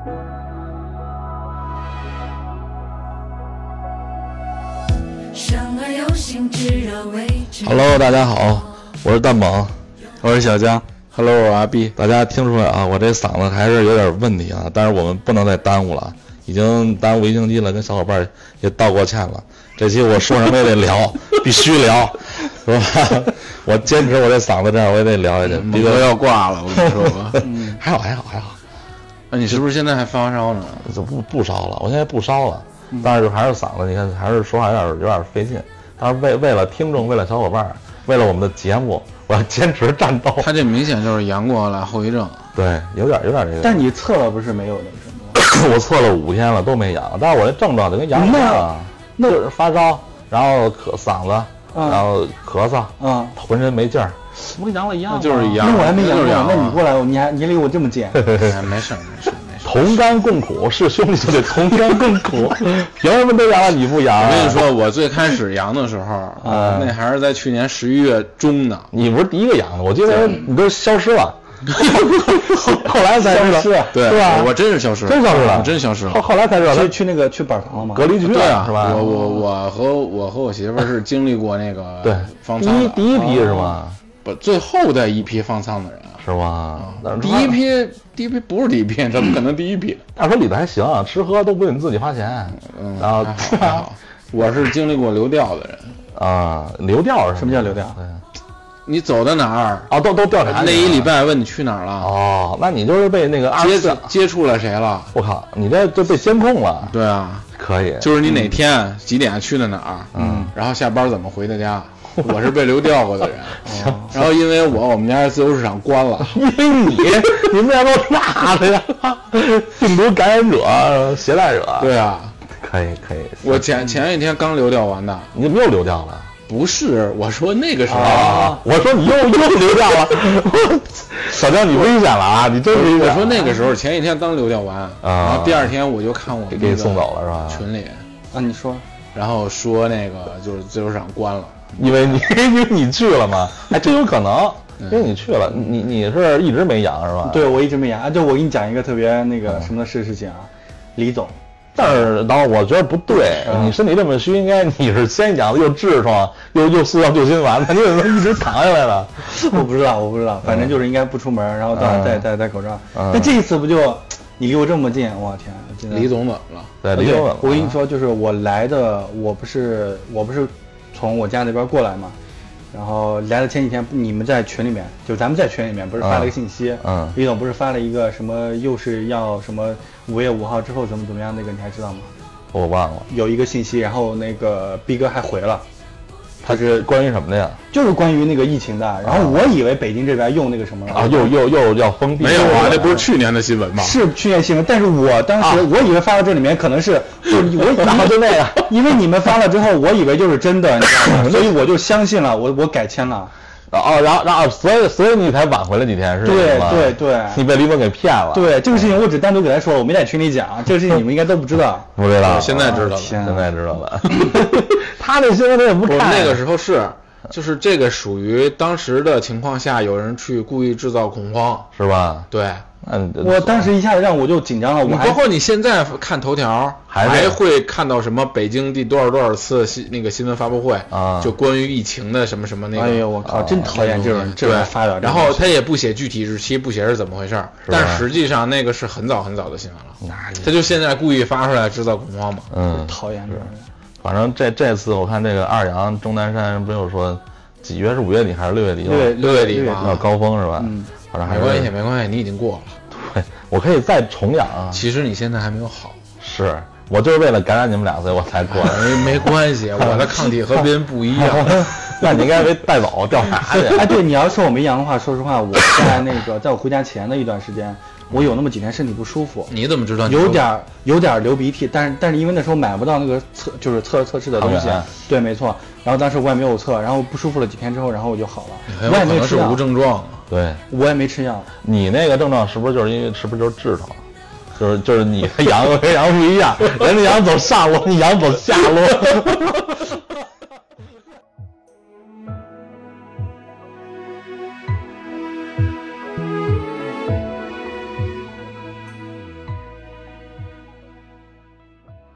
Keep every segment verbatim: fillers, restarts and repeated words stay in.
Hello， 大家好，我是蛋猛， 我是小江。 Hello， 我是阿 B。 大家听出来啊，我这嗓子还是有点问题啊，但是我们不能再耽误了，已经耽误一星期了，跟小伙伴也道过歉了。这期我说什么也得聊，必须聊，是吧？我坚持我这嗓子这样，我也得聊下去。 逼哥要挂了，我跟你说吧。 嗯，还好还好还好。 那、啊、你是不是现在还发烧呢？ 就不不烧了，我现在不烧了，但是还是嗓子，你看还是说话有点有点费劲。但是为为了听众，为了小伙伴，为了我们的节目，我要坚持战斗。 他这明显就是阳过来后遗症。 对，有点有点这个。 但你测了不是没有那什么？ 我测了五天了都没阳，但是我这症状就跟阳一样啊，那就是发烧，然后咳嗓子，嗯、然后咳嗽，嗯，浑身没劲儿， 不跟阳了一样， 就是一样。 那我还没阳过，那你过来，你还你离我这么近？ 没事没事没事。 同甘共苦，是兄弟就得同甘共苦，凭什么都阳了你不阳、啊？ 我跟你说，我最开始阳的时候，嗯、那还是在去年十一月中呢。 你不是第一个阳的，我记得你都消失了，后来才知道， 对， 是吧？ 我真是消失了， 真消失了， 我真消失了。 后后来才知道， 去去那个去板房了吗？ 隔离去了， 对啊， 是吧？ 我我我和我和我媳妇是经历过那个对方舱的， 第一第一批是吗？ 不，最后的一批方舱的人。 是吧？ 嗯、第一批，第一批不是第一批，怎么可能第一批？ 那时候里头还行，吃喝都不用你自己花钱。 嗯， 然后还好还好，我是经历过流调的人啊，流调是什么叫流调？ 对， 你走到哪儿啊，都都调查那一礼拜问你去哪儿了？ 哦，那你就是被那个接触接触了谁了？ 我靠，你这就被监控了。 对啊， 可以， 就是你哪天、嗯、几点去的哪儿，嗯，然后下班怎么回的家。我是被流调过的人，哦、然后因为我我们家自由市场关了， 因为你你们俩都啥的呀？病毒感染者、携带者。 对啊， 可以可以。 我前前一天刚流调完的， 你怎么又流调了？ 不是，我说那个时候， 啊、我说你又又流调了，小江你危险了啊！你真危险。 我说那个时候前一天刚流调完，啊、然后第二天我就看我给给送走了是吧？ 群里啊，你说， 然后说那个就是自由市场关了。 因为你因为你去了嘛，哎，这有可能，因为你去了，你你是一直没阳是吧？ 对，我一直没阳啊。对，我给你讲一个特别那个什么的事事情啊，李总。 但是，当然我觉得不对，嗯、你身体这么虚，应该你是先阳的，又痔疮，又又塑料救心丸，你怎么一直躺下来了？ 我不知道，我不知道，反正就是应该不出门，然后当然戴戴戴口罩。 嗯、 但这一次不就你离我这么近，我天！ 李总怎么了？ 对，李总怎么了？ 我跟你说，就是我来的，我不是我不是。从我家那边过来嘛，然后来的前几天，你们在群里面，就咱们在群里面不是发了一个信息， 嗯， 李总不是发了一个什么，又是要什么五月五号之后怎么怎么样那个，你还知道吗？ 我忘了， 有一个信息，然后那个逼哥还回了， 他是关于什么的呀？ 就是关于那个疫情的。然后我以为北京这边又那个什么了啊，又又又要封闭。 没有啊，那不是去年的新闻吗？ 是去年新闻，但是我当时、啊、我以为发到这里面可能是，就我然后就那个， 因为你们发了之后，我以为就是真的，你知道吗？所以我就相信了，我我改签了。 哦，然后然后所以所以你才挽回了几天是吧？ 对对对， 你被李总给骗了。 对，这个事情我只单独给他说了，我没在群里讲，这个事情你们应该都不知道。 不知道， 现在知道了， 现在知道了。他那新闻他也不看。 那个时候是。就是这个属于当时的情况下，有人去故意制造恐慌， 是吧？ 对， 嗯， 我当时一下子让我就紧张了。我包括你现在看头条， 还还会看到什么北京第多少多少次新那个新闻发布会啊， 就关于疫情的什么什么那个。 哎呦我靠，真讨厌这种这种发表。 然后他也不写具体日期，不写是怎么回事，但实际上那个是很早很早的新闻了。他就现在故意发出来制造恐慌嘛。 嗯， 讨厌这种人。 反正这这次我看这个二阳钟南山不又说几月是五月底还是六月底？ 六六月底嘛， 要高峰是吧？ 嗯， 反正还没关系没关系，你已经过了。 对，我可以再重阳啊。 其实你现在还没有好。 是我就是为了感染你们俩，所以我才过来。 没没关系，我的抗体和别人不一样。 那你应该被带走调查去。 哎，对，你要说我没阳的话，说实话，我在那个在我回家前的一段时间。我有那么几天身体不舒服， 你怎么知道？ 有点有点流鼻涕，但是但是因为那时候买不到那个测就是测测试的东西，对，没错。然后当时我也没有测，然后不舒服了几天之后，然后我就好了。我也没吃药， 无症状。 对， 我也没吃药。 你那个症状是不是就是因为是不是就是痔疮？就是就是你的阳和阳不一样，人家阳走上路，你阳走下路。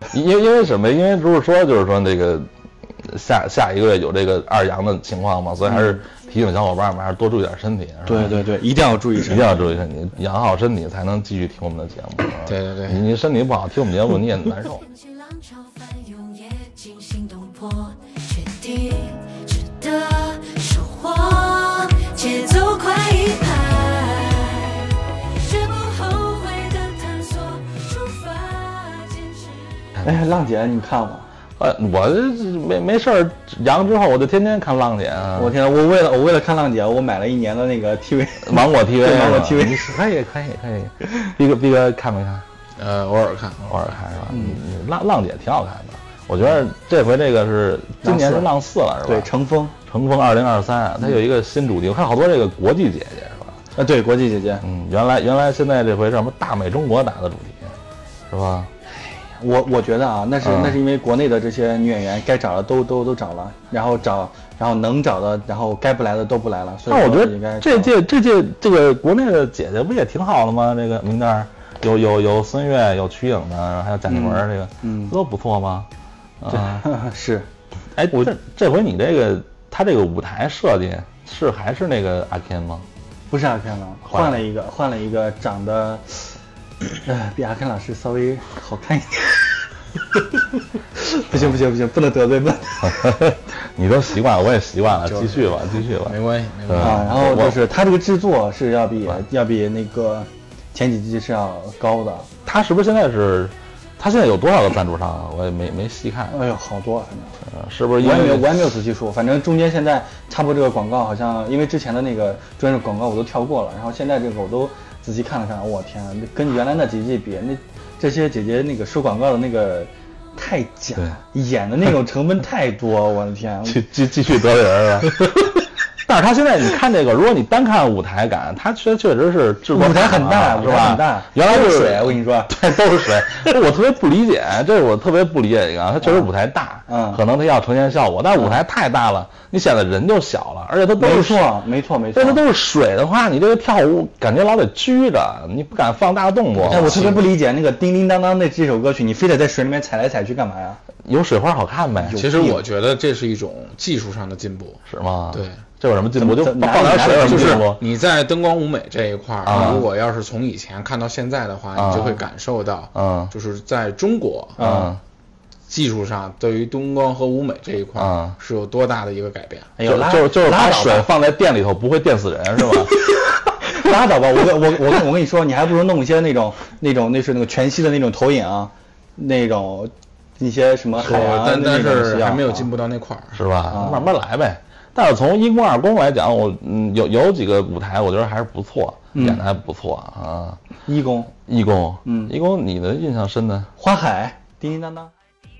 因为因为什么？因为不是说就是说那个下下一个月有这个二阳的情况嘛，所以还是提醒小伙伴们还是多注意点身体。 对对对，一定要注意身体， 一定要注意身体，养好身体才能继续听我们的节目。 对对对， 你你身体不好，听我们节目你也难受。 节奏快一拍，绝不后悔的探索，出发坚持。 哎，浪姐你看吗？ 呃，我没没事儿，阳之后我就天天看浪姐啊。 我天，我为了我为了看浪姐，我买了一年的那个 T V， 芒果 T V， 芒果 T V， 可以可以可以。逼哥逼哥看没看？ 呃，偶尔看， 偶尔看是吧？嗯，浪浪姐挺好看的，我觉得这回这个是今年是浪四了是吧？ 对，乘风。 乘风二零二三，它有一个新主题，我看好多这个国际姐姐是吧？ 啊，对，国际姐姐。 嗯，原来原来现在这回是什么大美中国打的主题，是吧？ 我我觉得啊，那是、 嗯、 那是因为国内的这些女演员该找的都都都找了，然后找然后能找的，然后该不来的都不来了。所以那我觉得这届这届这个国内的姐姐不也挺好的吗？这个名单有有有孙悦，有瞿颖的，还有贾静雯，这个嗯都不错吗？ 啊，是。 哎，我这这回你这个。他这个舞台设计是还是那个阿 Ken 吗？ 不是阿 Ken 了，换了一个，换了一个长得，呃，比阿 Ken 老师稍微好看一点。不行不行不行，不能得罪，不能。 你都习惯了，我也习惯了，继续吧，继续吧， 没关系，没关系。 啊，然后就是他这个制作是要比要比那个前几季是要高的。 他是不是现在是？他现在有多少个赞助商啊？我也没没细看。 哎呦，好多，反正。 呃，是不是？ 我也没有，我也没有仔细数。反正中间现在插播这个广告，好像因为之前的那个专业广告我都跳过了，然后现在这个我都仔细看了看。我天，跟原来那几季比，那这些姐姐那个收广告的那个太假，演的那种成分太多，我的天！ 继继继续得罪人是吧？但是他现在你看这个，如果你单看舞台感，他确确实是制作舞台很大， 是吧？ 很大， 原来就是水，我跟你说， 对，都是水。我特别不理解，这是我特别不理解一个，他确实舞台大， 嗯， 可能他要呈现效果，但是舞台太大了，你显得人就小了，而且他都是没错，没错，没错。 这它都是水的话，你这个跳舞感觉老得拘着，你不敢放大的动作。 哎，我特别不理解那个叮叮当当那这首歌曲，你非得在水里面踩来踩去干嘛呀？ 有水花好看呗。 其实我觉得这是一种技术上的进步， 是吗？ 对。 这有什么进步？就放点水有什么进步？ 你在灯光舞美这一块儿、 啊， 如果要是从以前看到现在的话， 啊、 你就会感受到， 嗯， 就是在中国， 嗯， 技术上对于灯光和舞美这一块儿是有多大的一个改变？ 哎呦， 就就是把水放在店里头不会电死人是吧？ 拉倒吧，我我我我我跟你说，你还不如弄一些那种那种那是那个全息的那种投影啊，那种一些什么海洋， 但但是还没有进步到那块儿， 是吧？啊、慢慢来呗。但是从一公二公来讲，我嗯有有几个舞台，我觉得还是不错， 嗯、 演的还不错啊。 一公， 一公， 嗯， 一公，你的印象深的？ 花海，叮叮当当。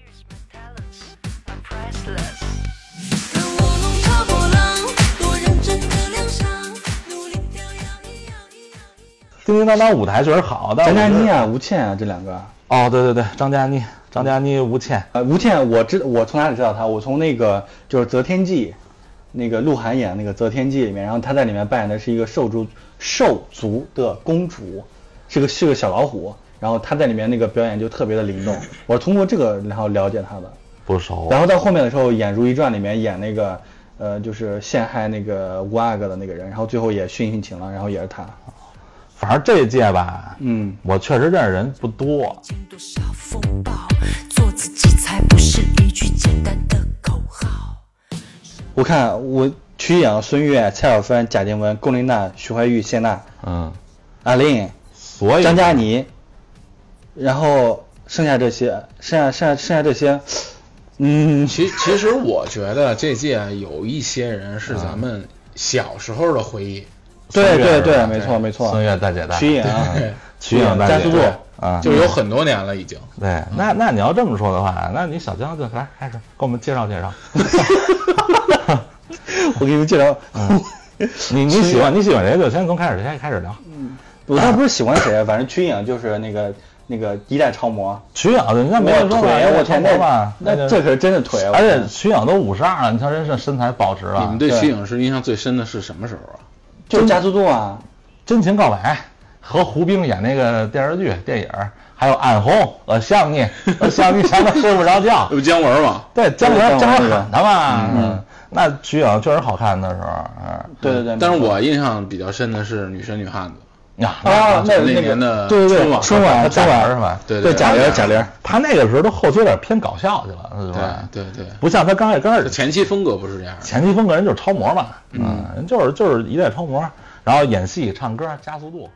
叮叮当当舞台确实好，但张嘉倪啊、吴倩啊这两个。 哦，对对对，张嘉倪、张嘉倪、吴倩。 呃，吴倩我知我从哪里知道她？我从那个就是《择天记》，那个鹿晗演那个《择天记》里面，然后她在里面扮演的是一个兽族兽族的公主，是个是个小老虎，然后她在里面那个表演就特别的灵动。我是通过这个然后了解她的。 不熟。 然后到后面的时候演《如懿传》里面演那个呃就是陷害那个吴阿哥的那个人，然后最后也殉殉情了，然后也是她。 反正这一届吧， 嗯， 我确实认识人不多。 多少风暴，做自己才不是一句简单的口号。 我看我瞿颖、孙悦、蔡少芬、贾静雯、龚琳娜、徐怀钰、谢娜， 嗯， 阿令， 所以张嘉倪，然后剩下这些，剩下剩下剩下这些，嗯， 其其实我觉得这届有一些人是咱们小时候的回忆。 对对对，没错没错。 孙悦大姐大， 瞿颖， 瞿颖大姐， 加速度啊， 就有很多年了已经。 对，那那你要这么说的话，那你小江就来开始给我们介绍介绍。 我给你们介绍， 嗯、你你喜欢你喜欢谁就先从开始先开始聊。 嗯，我倒不是喜欢谁，反正瞿颖就是那个那个一代超模。 瞿颖人家没有腿，我天那那这可是真的腿， 而且瞿颖都五十二了，你瞧人家身材保持了。 你们对瞿颖是印象最深的是什么时候啊？ 就是加速度啊， 真情告白， 和胡兵演那个电视剧电影，还有安红，我想你，我想你想的睡不着觉。 这不姜文吗？ 对，姜文姜文喊他嘛， 嗯， 那徐颖确实好看的时候，嗯， 对对对。 但是我印象比较深的是女神女汉子。 呀， 啊，那那年的对对对， 春晚春晚春晚是吧？ 对对，贾玲贾玲， 他那个时候都后期有点偏搞笑去了，是吧？ 对对对， 不像他刚开始刚开始前期风格不是这样的。 前期风格人就是超模嘛，嗯，人就是就是一代超模，然后演戏、唱歌、加速度。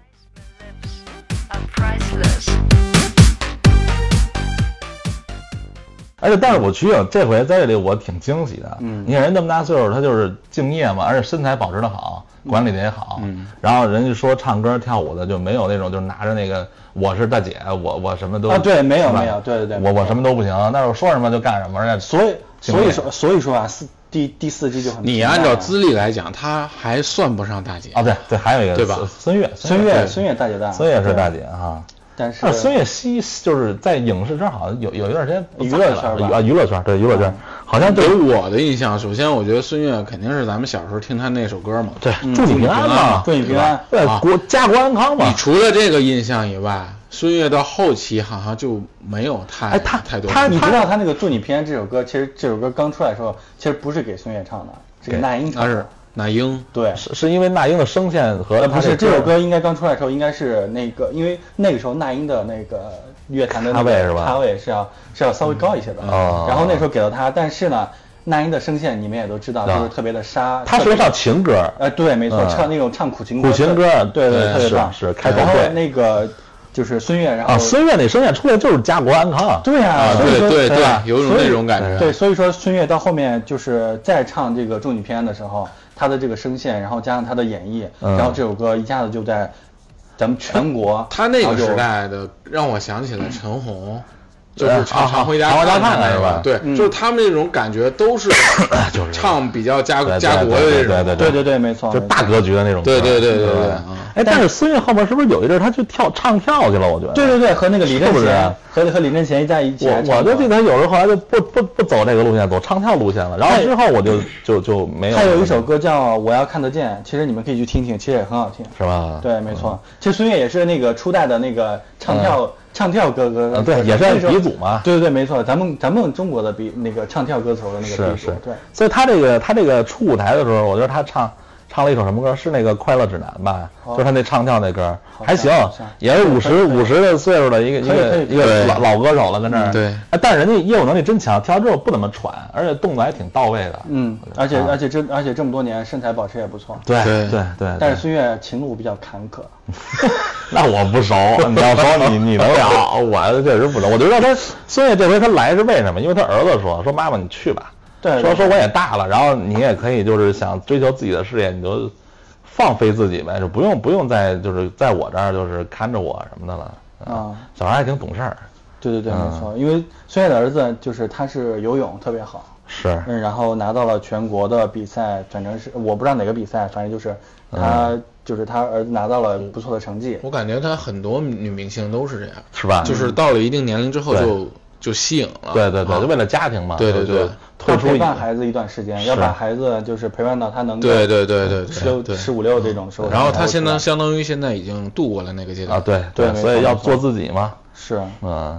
而且，但是我徐颖这回在这里我挺惊喜的。嗯，你看人这么大岁数，他就是敬业嘛，而且身材保持的好，管理的也好。嗯，然后人家说唱歌跳舞的就没有那种就是拿着那个我是大姐，我我什么都啊，对，没有没有，对对对， 我我什么都不行，那我说什么就干什么，人家所以所以说所以说啊，四第第四季就很。 你按照资历来讲，他还算不上大姐啊。对对，还有一个对吧？ 孙悦， 孙悦孙悦大姐大， 孙悦是大姐哈。 但是孙悦西就是在影视圈好像有有一段时间娱乐圈吧啊，娱乐圈对娱乐圈，好像给我的印象，首先我觉得孙悦肯定是咱们小时候听他那首歌嘛， 对，祝你平安嘛， 祝你平安， 对，国家国安康嘛。 你除了这个印象以外，孙悦到后期好像就没有太哎他太多。 他你知道他那个祝你平安这首歌，其实这首歌刚出来的时候，其实不是给孙悦唱的，是给那英唱的。 是那英， 对， 是是因为那英的声线和呃不是这首歌应该刚出来的时候，应该是那个，因为那个时候那英的那个乐坛的咖位是吧？ 咖位是要是要稍微高一些的。 哦。 然后那时候给了他，但是呢，那英的声线你们也都知道，就是特别的沙。 他是唱情歌。 呃，对，没错，唱那种唱苦情歌。 苦情歌， 对对，特别棒。 是开然后那个就是孙悦，然后啊，孙悦那声线出来就是家国安康。 对呀， 对对对，有一种那种感觉。 对，所以说孙悦到后面就是再唱这个祝你平安的时候。他的这个声线，然后加上他的演绎， 嗯、 然后这首歌一下子就在咱们全国。 他那个时代的让我想起了陈红，就是常常回家看看是吧？ 对， 嗯、 就是他们那种感觉都是就是唱比较家家国的这种，对对对对对，没错， 就是大格局的那种。 对对对对对。 哎，但是孙悦后面是不是有一阵他去跳唱跳去了？我觉得。 对对对，和那个李贞贤，和和李贞贤在一起。 我我就记得他有时候后来就不不不走这个路线，走唱跳路线了。然后之后我就就就没有。 他有一首歌叫《我要看得见》，其实你们可以去听听，其实也很好听。 是吧？ 对，没错。其实孙悦也是那个初代的那个唱跳唱跳歌歌。 对，也是鼻祖嘛。 对对对，没错，咱们咱们中国的比那个唱跳歌手的那个鼻祖。对。 所以他这个他这个出舞台的时候，我觉得他唱。唱了一首什么歌？是那个《快乐指南》吧？就是他那唱跳那歌，还行，也是五十五十的岁数的一个一个一个老老歌手了，跟这儿。 对。 哎，但是人家业务能力真强，跳之后不怎么喘，而且动作还挺到位的。 嗯，而且而且这而且这么多年身材保持也不错。 对对对。 但是孙悦情路比较坎坷。 那我不熟，你要说你你能聊，我确实不熟。我就知道他孙悦这回他来是为什么？因为他儿子说说妈妈你去吧。 对， 说说我也大了，然后你也可以就是想追求自己的事业，你就放飞自己呗，就不用不用再就是在我这儿就是看着我什么的了啊。小孩还挺懂事儿。 对对对，没错，因为孙悦的儿子就是他是游泳特别好， 是， 嗯，然后拿到了全国的比赛，反正是我不知道哪个比赛，反正就是他、嗯、就是他儿子拿到了不错的成绩。 我感觉他很多女明星都是这样， 是吧？ 就是到了一定年龄之后就。就吸引了， 对对对，就为了家庭嘛， 对对对， 要陪伴孩子一段时间，要把孩子就是陪伴到他能对对对对十六十五六这种时候。 然后他现在相当于现在已经度过了那个阶段啊，对对，所以要做自己嘛， 是嗯。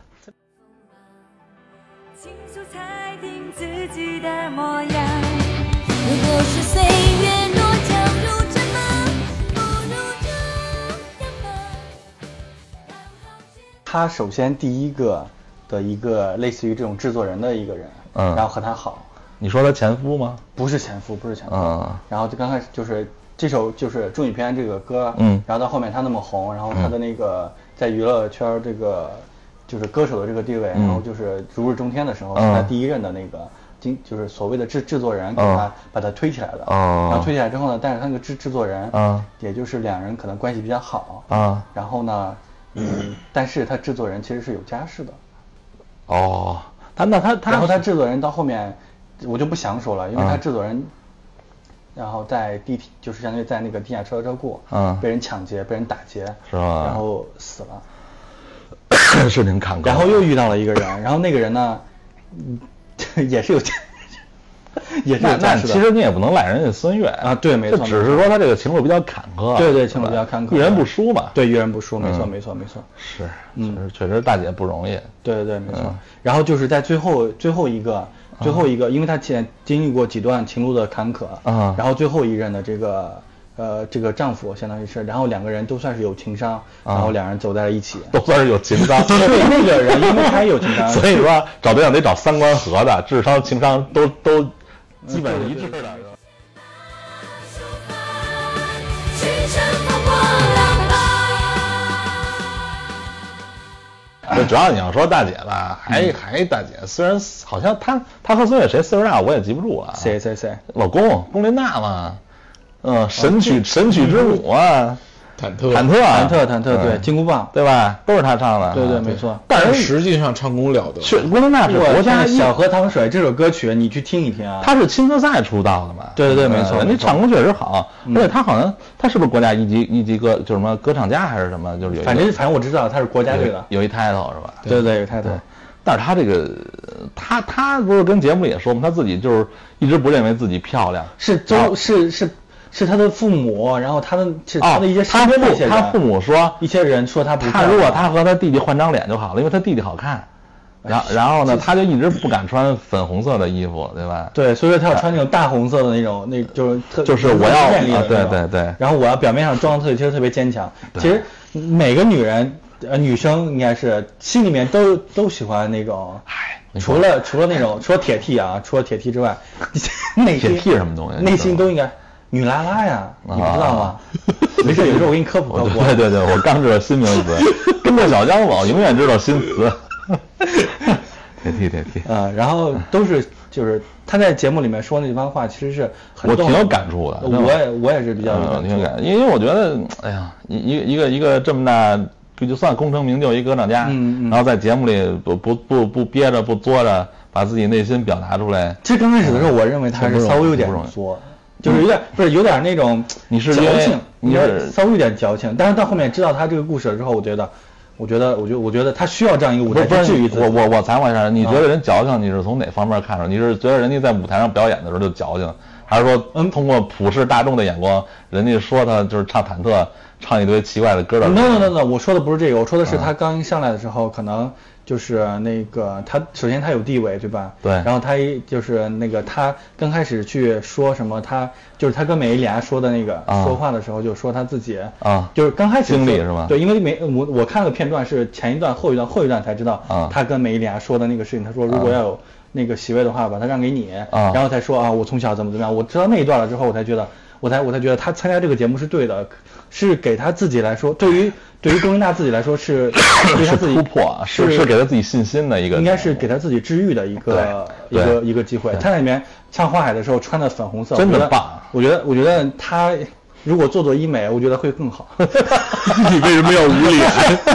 清楚裁定自己的模样，如果是岁月落脚入沉默，不如这样吧。 他首先第一个的一个类似于这种制作人的一个人， 嗯， 然后和他好。 你说他前夫吗？ 不是前夫，不是前夫。 嗯。 然后就刚开始就是这首就是《祝你平安》这个歌， 嗯， 然后到后面他那么红，然后他的那个在娱乐圈这个就是歌手的这个地位， 嗯、 然后就是如日中天的时候，是他第一任的那个经就是所谓的制制作人给他、嗯、把他推起来的。 哦。 然后推起来之后呢，但是他那个制制作人， 嗯， 也就是两人可能关系比较好， 嗯， 然后呢。嗯，但是他制作人其实是有家室的。 哦，他那他他， 然后他制作人到后面，我就不详说了，因为他制作人，嗯、然后在地铁就是相当于在那个地下车车库， 嗯， 被人抢劫，被人打劫， 是吧？ 然后死了， 是挺坎坷。 然后又遇到了一个人，然后那个人呢，嗯、也是有家， 也是那那有价值的其实你也不能赖人家孙越啊对没错就只是说他这个情路比较坎坷， 对对情路比较坎坷遇人不淑嘛， 对遇人不淑，没错嗯没错没错， 是，嗯，确实大姐不容易， 对对对没错。 嗯然后就是在最后最后一个最后一个，因为他前经历过几段情路的坎坷， 啊然后最后一任的这个呃这个丈夫相当于是，然后两个人都算是有情商，然后两人走在了一起。 都算是有情商。 对那个人，因为他也有情商， 所以说找对象得找三观合的，智商情商都都基本一致的。 去乘风破浪吧。 这主要你要说大姐吧，还还大姐，虽然好像她她和孙越谁岁数大我也记不住了。 谁谁谁？ 老公龚琳娜嘛，嗯，神曲神曲之母啊， 忐忑忐忑忐忑忐忑，对， 嗯金箍棒， 对吧？都是她唱的。 对对没错。 但是实际上唱功了得， 去龚琳娜是国家 《小河淌水》这首歌曲，你去听一听啊。 她是青歌赛出道的嘛？ 对对对没错人家没错唱功确实好，而且她好像她是不是国家一级一级歌，就是什么歌唱家还是什么？就是有一个反正反正我知道他是国家队的， 有一 title 是吧？ 对对有 title。 但是她这个，她她不是跟节目里也说吗？她自己就是一直不认为自己漂亮， 是周是是是他的父母，然后他的是他哦的一些， 他身边的一些人， 父他父母说， 一些人说他不漂亮， 他如果他和他弟弟换张脸就好了，因为他弟弟好看。然后然后呢，他就一直不敢穿粉红色的衣服，对吧？ 对，所以说他要穿那种大红色的那种，那就是特就是我要艳丽的啊对那种对对然后我要表面上装的特其实特别坚强，其实每个女人呃女生应该是心里面都都喜欢那种，除了除了那种除了铁 T 啊，除了铁 T 之外，内心铁 T 是什么东西？ 内心都应该女拉拉呀，你不知道吗？没事，有时候我给你科普科普。 对对对，我刚知道新名词，跟着小江走，永远知道新词。铁 T 铁 T 啊，然后都是就是他在节目里面说那番话，其实是很我挺有动人感触的。 我也我也是比较有嗯， 感触。 挺有感，因为我觉得，哎呀，一一个一个一个这么大，就算功成名就一歌唱家， 嗯嗯然后在节目里不不不不憋着不作着，把自己内心表达出来。 其实刚开始的时候，我认为他是稍微有点作，就是有点不是有点那种你是矫因为情， 你有点是稍微有点矫情。但是到后面知道他这个故事了之后，我觉得，我觉得，我觉得，我觉得他需要这样一个舞台不是不是去治愈自己。 我我我采访一下，你觉得人矫情，你是从哪方面看出来？你是觉得人家在舞台上表演的时候就矫情，还是说，嗯，通过普世大众的眼光，人家说他就是唱忐忑，唱一堆奇怪的歌的？ no no no no，我说的不是这个，我说的是他刚一上来的时候，可能就是那个他首先他有地位，对吧？ 对然后他一就是那个他刚开始去说什么，他就是他跟美丽莲说的那个、 啊说话的时候，就说他自己啊就是刚开始说经历是吗对，因为美我我看了片段是前一段后一段后一段才知道， 啊他跟美丽莲说的那个事情，他说如果要有那个席位的话，把它让给你， 啊然后才说啊我从小怎么怎么样，我知道那一段了之后，我才觉得。我才我才觉得他参加这个节目是对的，是给他自己来说，对于对于龚琳娜自己来说是对他是自己突破，是是给他自己信心的一个， 应该是给他自己治愈的一个一对个一个机会。他在里面唱花海的时候穿的粉红色， 真的我觉得棒我觉得我觉得他如果做做医美，我觉得会更好。 你为什么要捂脸？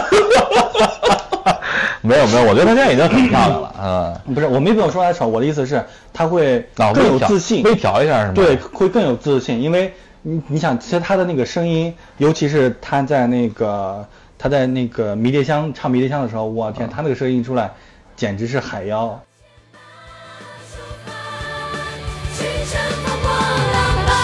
没有没有，我觉得他现在已经很漂亮了，嗯。 不是，我没有说他丑，我的意思是他会啊更有微调自信， 微调一下是吗对，会更有自信，因为你你想，其实他的那个声音，尤其是他在那个他在那个迷迭香唱迷迭香的时候，我天，他那个声音一出来，简直是海妖。 去乘风破浪吧。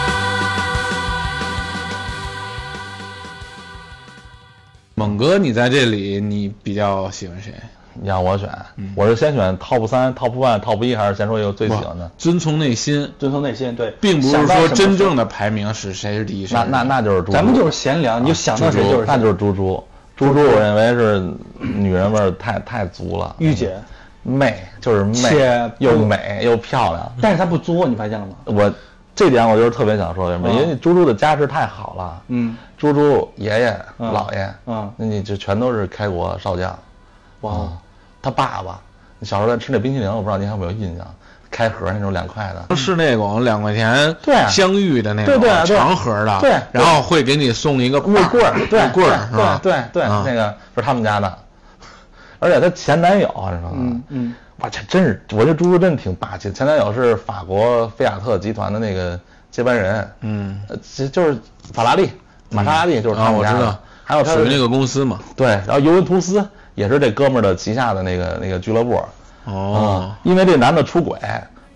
猛哥，你在这里你比较喜欢谁？ 你让我选， 嗯我是先选 top 三、top one、top 一，还是先说一个最喜欢的？ 遵从内心， 遵从内心，对， 并不是想到什么说真正的排名是谁是第一。谁那是那那就是猪猪， 咱们就是闲聊，你就想到谁就是谁。 那就是猪猪。猪猪，我认为是女人味儿太太足了。 御姐， 媚就是媚且， 又美又漂亮。 但是她不作，你发现了吗？ 我这点我就是特别想说为什么， 嗯因为猪猪的家世太好了。 嗯， 猪猪爷爷、 嗯姥爷， 嗯那你这全都是开国少将。 哇嗯他爸爸，你小时候在吃那冰淇淋，我不知道你还有没有印象，开盒那种两块的。 是那种两块钱对啊相遇的那种对对啊对长盒的， 对然后会给你送一个木棍儿，对木棍儿是吧？ 对对对， 啊那个是他们家的，而且他前男友是吧？ 嗯嗯， 哇，这真是，我这猪猪真挺霸气。前男友是法国菲亚特集团的那个接班人， 嗯， 呃，这就是法拉利，玛莎拉蒂就是他啊， 们家的。 我知道， 还有他的属于那个公司嘛。 对，然后尤文图斯也是这哥们儿的旗下的那个那个俱乐部。 哦嗯，因为这男的出轨，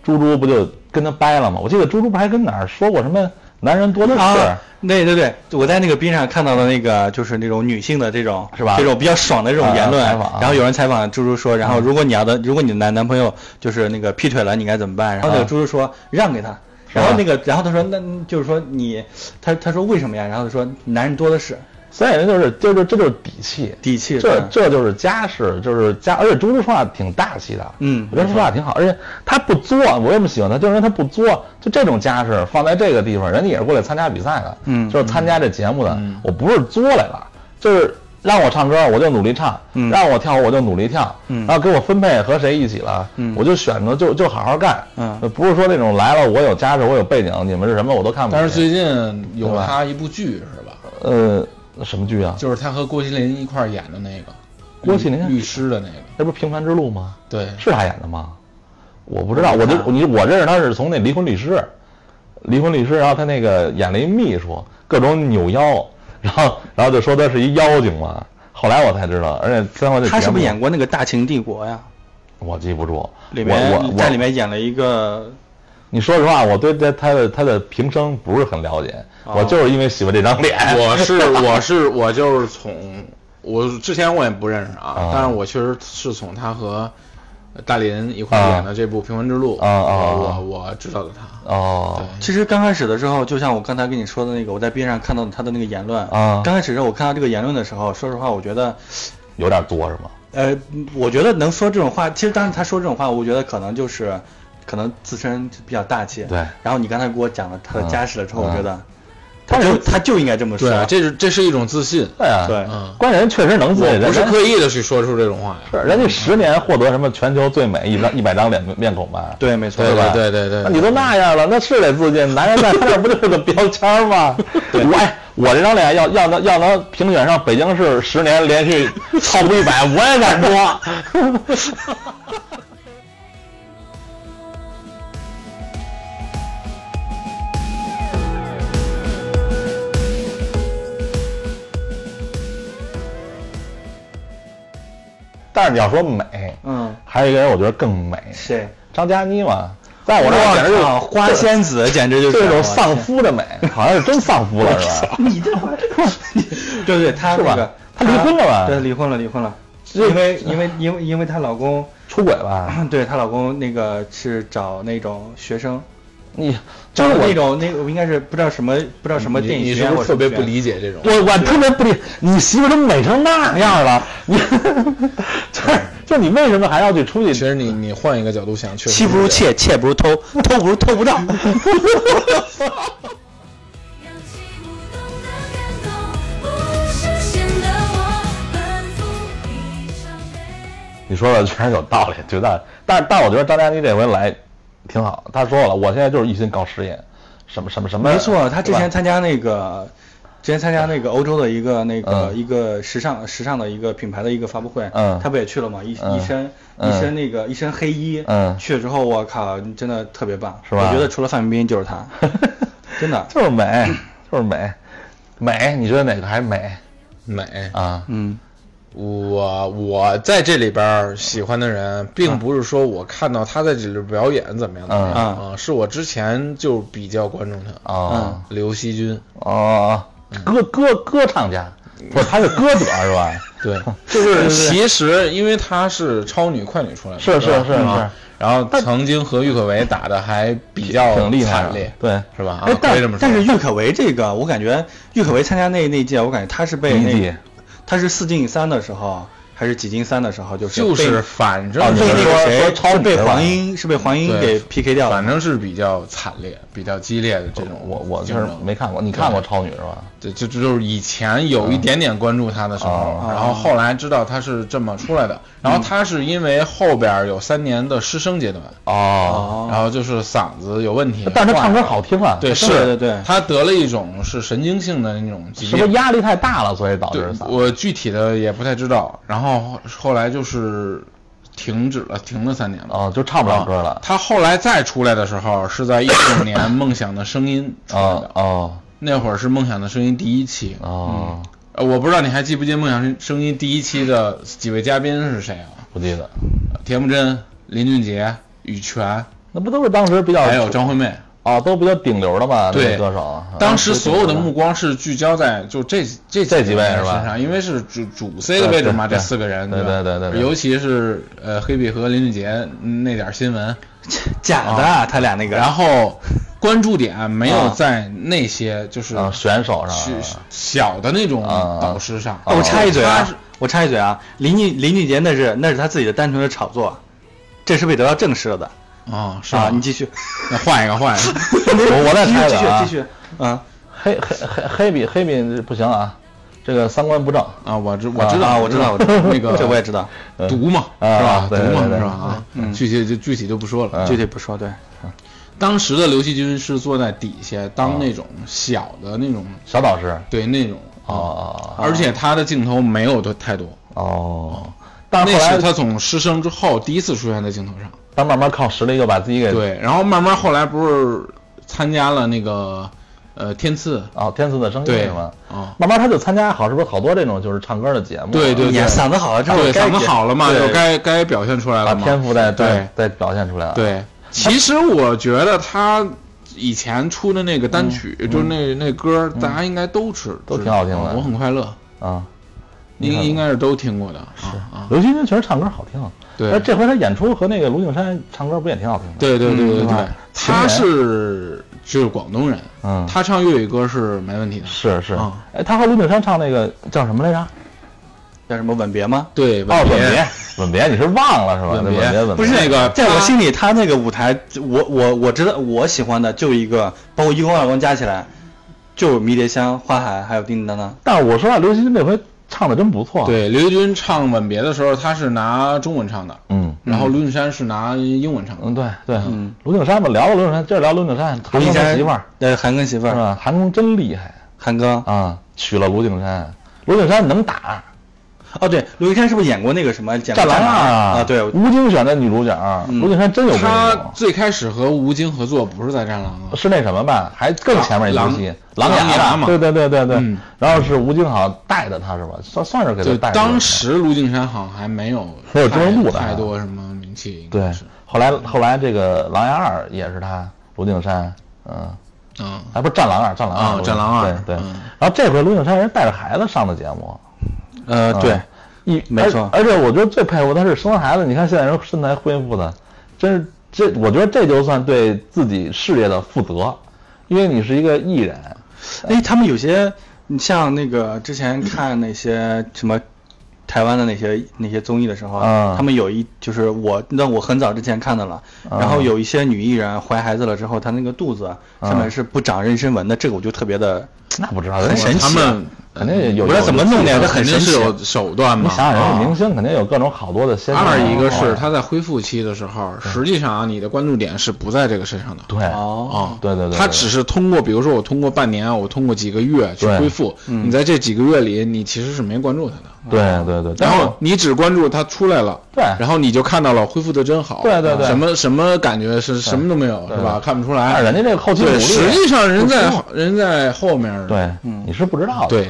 猪猪不就跟他掰了吗？我记得猪猪不还跟哪儿说过什么男人多的是。 啊，对对对，我在那个冰上看到的那个就是那种女性的这种是吧？ 这种比较爽的这种言论。 啊采访啊然后有人采访猪猪说，然后如果你要的，如果你的男男朋友就是那个劈腿了，你该怎么办？然后那个猪猪说让给他。然后那个，然后他说那就是说你，他他说为什么呀？然后他说男人多的是。 所以人就是就是这就是底气， 底气， 这这就是家世，就是家，而且猪猪说话挺大气的， 嗯， 我觉得说话挺好，而且他不作，我为什么喜欢他？就是因为他不作，就这种家世放在这个地方，人家也是过来参加比赛的， 嗯， 就是参加这节目的， 嗯、 我不是作来了，就是让我唱歌我就努力唱， 嗯， 让我跳舞我就努力跳， 嗯， 然后给我分配和谁一起了， 嗯， 我就选择就就好好干， 嗯， 不是说那种来了我有家世我有背景，你们是什么我都看不起。 但是最近有他一部剧是吧？ 呃。什么剧啊？ 就是他和郭麒麟一块儿演的那个， 郭麒麟律师的那个， 那不是《平凡之路》吗？ 对， 是他演的吗？我不知道，我就你我认识他是从那《离婚律师》，离婚律师，然后他那个演了一秘书，各种扭腰，然后然后就说他是一妖精嘛。后来我才知道，而且三回这他是不是演过那个《大秦帝国》呀？ 我记不住， 里面我我在里面演了一个。 你说实话，我对他他的他的平生不是很了解， 哦、 我就是因为喜欢这张脸。 我是我是我就是从我之前我也不认识啊， 啊但是我确实是从他和大林一块演的这部《平凡之路》 啊啊， 我我知道的他。 哦， 其实刚开始的时候，就像我刚才跟你说的那个，我在边上看到他的那个言论啊， 刚开始时候我看到这个言论的时候，说实话，我觉得有点作是吗？ 呃，我觉得能说这种话，其实当时他说这种话，我觉得可能就是。可能自身比较大气， 对。 然后你刚才给我讲了他的家世了之后， 嗯、 我觉得他就他就应该这么说。 对啊，这是这是一种自信。 对啊， 对， 嗯， 关键人确实能自信， 不是刻意的去说出这种话呀。 是，人家十年获得什么全球最美一张一百张脸面孔吧？ 对，没错， 对吧？ 对对对。 那你都那样了，那是得自信。男人在他这不就是个标签吗？我哎，我这张脸要要能要能评选上北京市十年连续 top 一百，我也敢说。但是你要说美， 嗯， 还有一个人我觉得更美， 谁？ 张嘉倪嘛，在我这儿简直就是花仙子，简直就是这种丧夫的美，好像是真丧夫了，是吧？ 你这玩意儿，对对，她那个， 她离婚了吧？ 对，离婚了，离婚了，因为因为因为因为她老公出轨吧？ 对，她老公那个是找那种学生。 你就是那种那个，我应该是不知道什么不知道什么电影学院， 我特别不理解这种。 我我特别不理，你媳妇都美成那样了，你就就你为什么还要去出去？ 其实你你换一个角度想，确实妻不如妾，妾不如偷，偷不如偷不到。 你说的确实有道理，觉得，但但我觉得张嘉倪这回来。挺好，他说了，我现在就是一心搞事业，什么什么什么。 没错，他之前参加那个，之前参加那个欧洲的一个那个、嗯、一个时尚时尚的一个品牌的一个发布会， 嗯， 他不也去了吗？一、 嗯、 一身、 嗯、 一身那个一身黑衣， 嗯， 去了之后，我靠，真的特别棒， 是吧？ 我觉得除了范冰冰就是他，真的就是美，就是美，美，你觉得哪个还美？ 美啊， 嗯。 我我在这里边喜欢的人，并不是说我看到他在这里表演怎么样怎么样啊、嗯，是我之前就比较关注他啊、 嗯，刘惜君哦，歌歌歌唱家，不是他是歌者是吧？ 对，就是其实因为他是超女快女出来的， 是是是是、 嗯，然后曾经和郁可唯打的还比较惨烈， 对， 是吧？ 哎， 啊、 但可以这么说但是郁可唯这个，我感觉郁可唯参加那那届，我感觉他是被那。他是四进三的时候，还是几进三的时候，就是就是反正被那个谁超被黄英是被黄英给 P K 掉了， 反正是比较惨烈、比较激烈的这种。 我我就是没看过，你看过超女是吧？ 对，就就是以前有一点点关注她的时候， 嗯、 然后后来知道她是这么出来的，然后她是因为后边有三年的失声阶段哦， 然后就是嗓子有问题， 但是她唱歌好听啊， 对，是， 对对对， 她得了一种是神经性的那种疾病， 是不是压力太大了，所以导致嗓子？ 我具体的也不太知道，然后后来就是停止了，停了三年了， 哦，就唱不了歌了。 啊、他后来再出来的时候是在一五年《梦想的声音》出来的， 哦，哦那会儿是《梦想的声音》第一期， 哦、 嗯，我不知道你还记不记得《梦想声音》第一期的几位嘉宾是谁啊？ 不记得， 田馥甄、林俊杰、羽泉。 那不都是当时比较还有张惠妹哦，都比较顶流的吧？ 对， 那歌手。 当时所有的目光是聚焦在就这这这几位是吧？ 身上，因为是主主 C 的位置嘛，这四个人， 对对对对， 尤其是呃黑碧和林俊杰那点新闻， 假的、啊，他俩那个。 然后关注点没有在那些就是选手上， 小的那种导师上。 我插一嘴啊，我插一嘴啊，林俊林俊杰那是那是他自己的单纯的炒作，这是被得到证实了的。 哦，是啊，你继续， 那换一个，换一个， 我我再猜继续啊， 继续，嗯， 黑黑黑黑比黑比不行啊，这个三观不正啊，我知我知道， 我知道，我知道，那个这我也知道， 毒嘛，是吧？毒嘛，是吧？啊，具体就具体就不说了， 具体不说，对。 当时的刘惜君是坐在底下当那种小的那种小导师， 对那种哦， 而且他的镜头没有的太多哦，但是后来他从师生之后第一次出现在镜头上。 他慢慢靠实力就把自己给对，然后慢慢后来不是参加了那个呃天赐哦天赐的声音是吗？ 哦， 慢慢他就参加好是不是好多这种就是唱歌的节目？ 对对对， 嗓子好了之后， 对嗓子好了嘛，就该该表现出来了嘛， 把天赋再再再表现出来了。 对，其实我觉得他以前出的那个单曲， 嗯、 就是那那歌，大家应该都知， 都挺好听的。 我很快乐啊， 应应该是都听过的。 是啊，刘惜君确实唱歌好听。 对， 而这回他演出和那个卢靖姗唱歌不也挺好听的？ 对对对对对， 嗯、 他是就是广东人， 嗯， 他唱粤语歌是没问题的。 是是， 嗯、 哎，他和卢靖姗唱那个叫什么来着？ 叫什么吻别吗？ 对， 哦，吻别，吻别，你是忘了是吧？ 吻别，吻别，吻别不是那个，在我心里，他那个舞台，我我我知道，我喜欢的就一个，包括一公二公加起来，就迷迭香、花海，还有叮叮当当。 但是我说话，刘惜君这回唱的真不错。 对，刘惜君唱《吻别》的时候，他是拿中文唱的， 嗯， 然后卢靖姗是拿英文唱的。 嗯，对对，嗯，卢靖姗吧，聊了卢靖姗，接着聊卢靖姗，韩庚他媳妇儿， 对，韩庚媳妇儿是吧？韩庚真厉害， 韩庚啊，娶了卢靖姗，卢靖姗能打。 哦，对，卢靖姗是不是演过那个什么《 战狼二》 啊？对， 吴京选的女主角， 嗯、 卢靖姗真有功夫。 她最开始和吴京合作不是在《战狼》啊， 是那什么吧？还更前面一部戏，《 狼牙》 嘛。 对对对对对。 嗯、 然后是吴京好像带着他是吧？算算是给他带着。 当时卢靖姗好像还没有没有知名度的太多什么名气。 对，后来后来这个《狼牙二》也是他，卢靖姗，嗯嗯， 还不是《战狼二》，《战狼二》 啊，《战狼二》 对对。然后这回卢靖姗人带着孩子上的节目， 呃，对。 一没错， 而且我觉得最佩服他是生了孩子，你看现在人身材恢复的，真是这，我觉得这就算对自己事业的负责，因为你是一个艺人。 哎，他们有些，你像那个之前看那些什么台湾的那些那些综艺的时候， 嗯、 他们有一就是我那我很早之前看的了， 嗯、 然后有一些女艺人怀孩子了之后，她那个肚子上面是不长妊娠纹的，这个我就特别的， 那不知道， 很神奇。 他们肯定有， 不知道怎么弄的呀，这肯定是有手段嘛。 你想想，人家明星肯定有各种好多的先。 二一个是他在恢复期的时候，实际上啊，你的关注点是不在这个身上的。 对， 哦， 对对对， 他只是通过，比如说我通过半年，我通过几个月去恢复，你在这几个月里，你其实是没关注他的。 对对对， 然后你只关注他出来了， 对， 然后你就看到了恢复的真好， 对对对， 什么什么感觉是什么都没有，是吧？看不出来。 人家这个后期努力， 实际上人在人在后面， 对，你是不知道的。 对。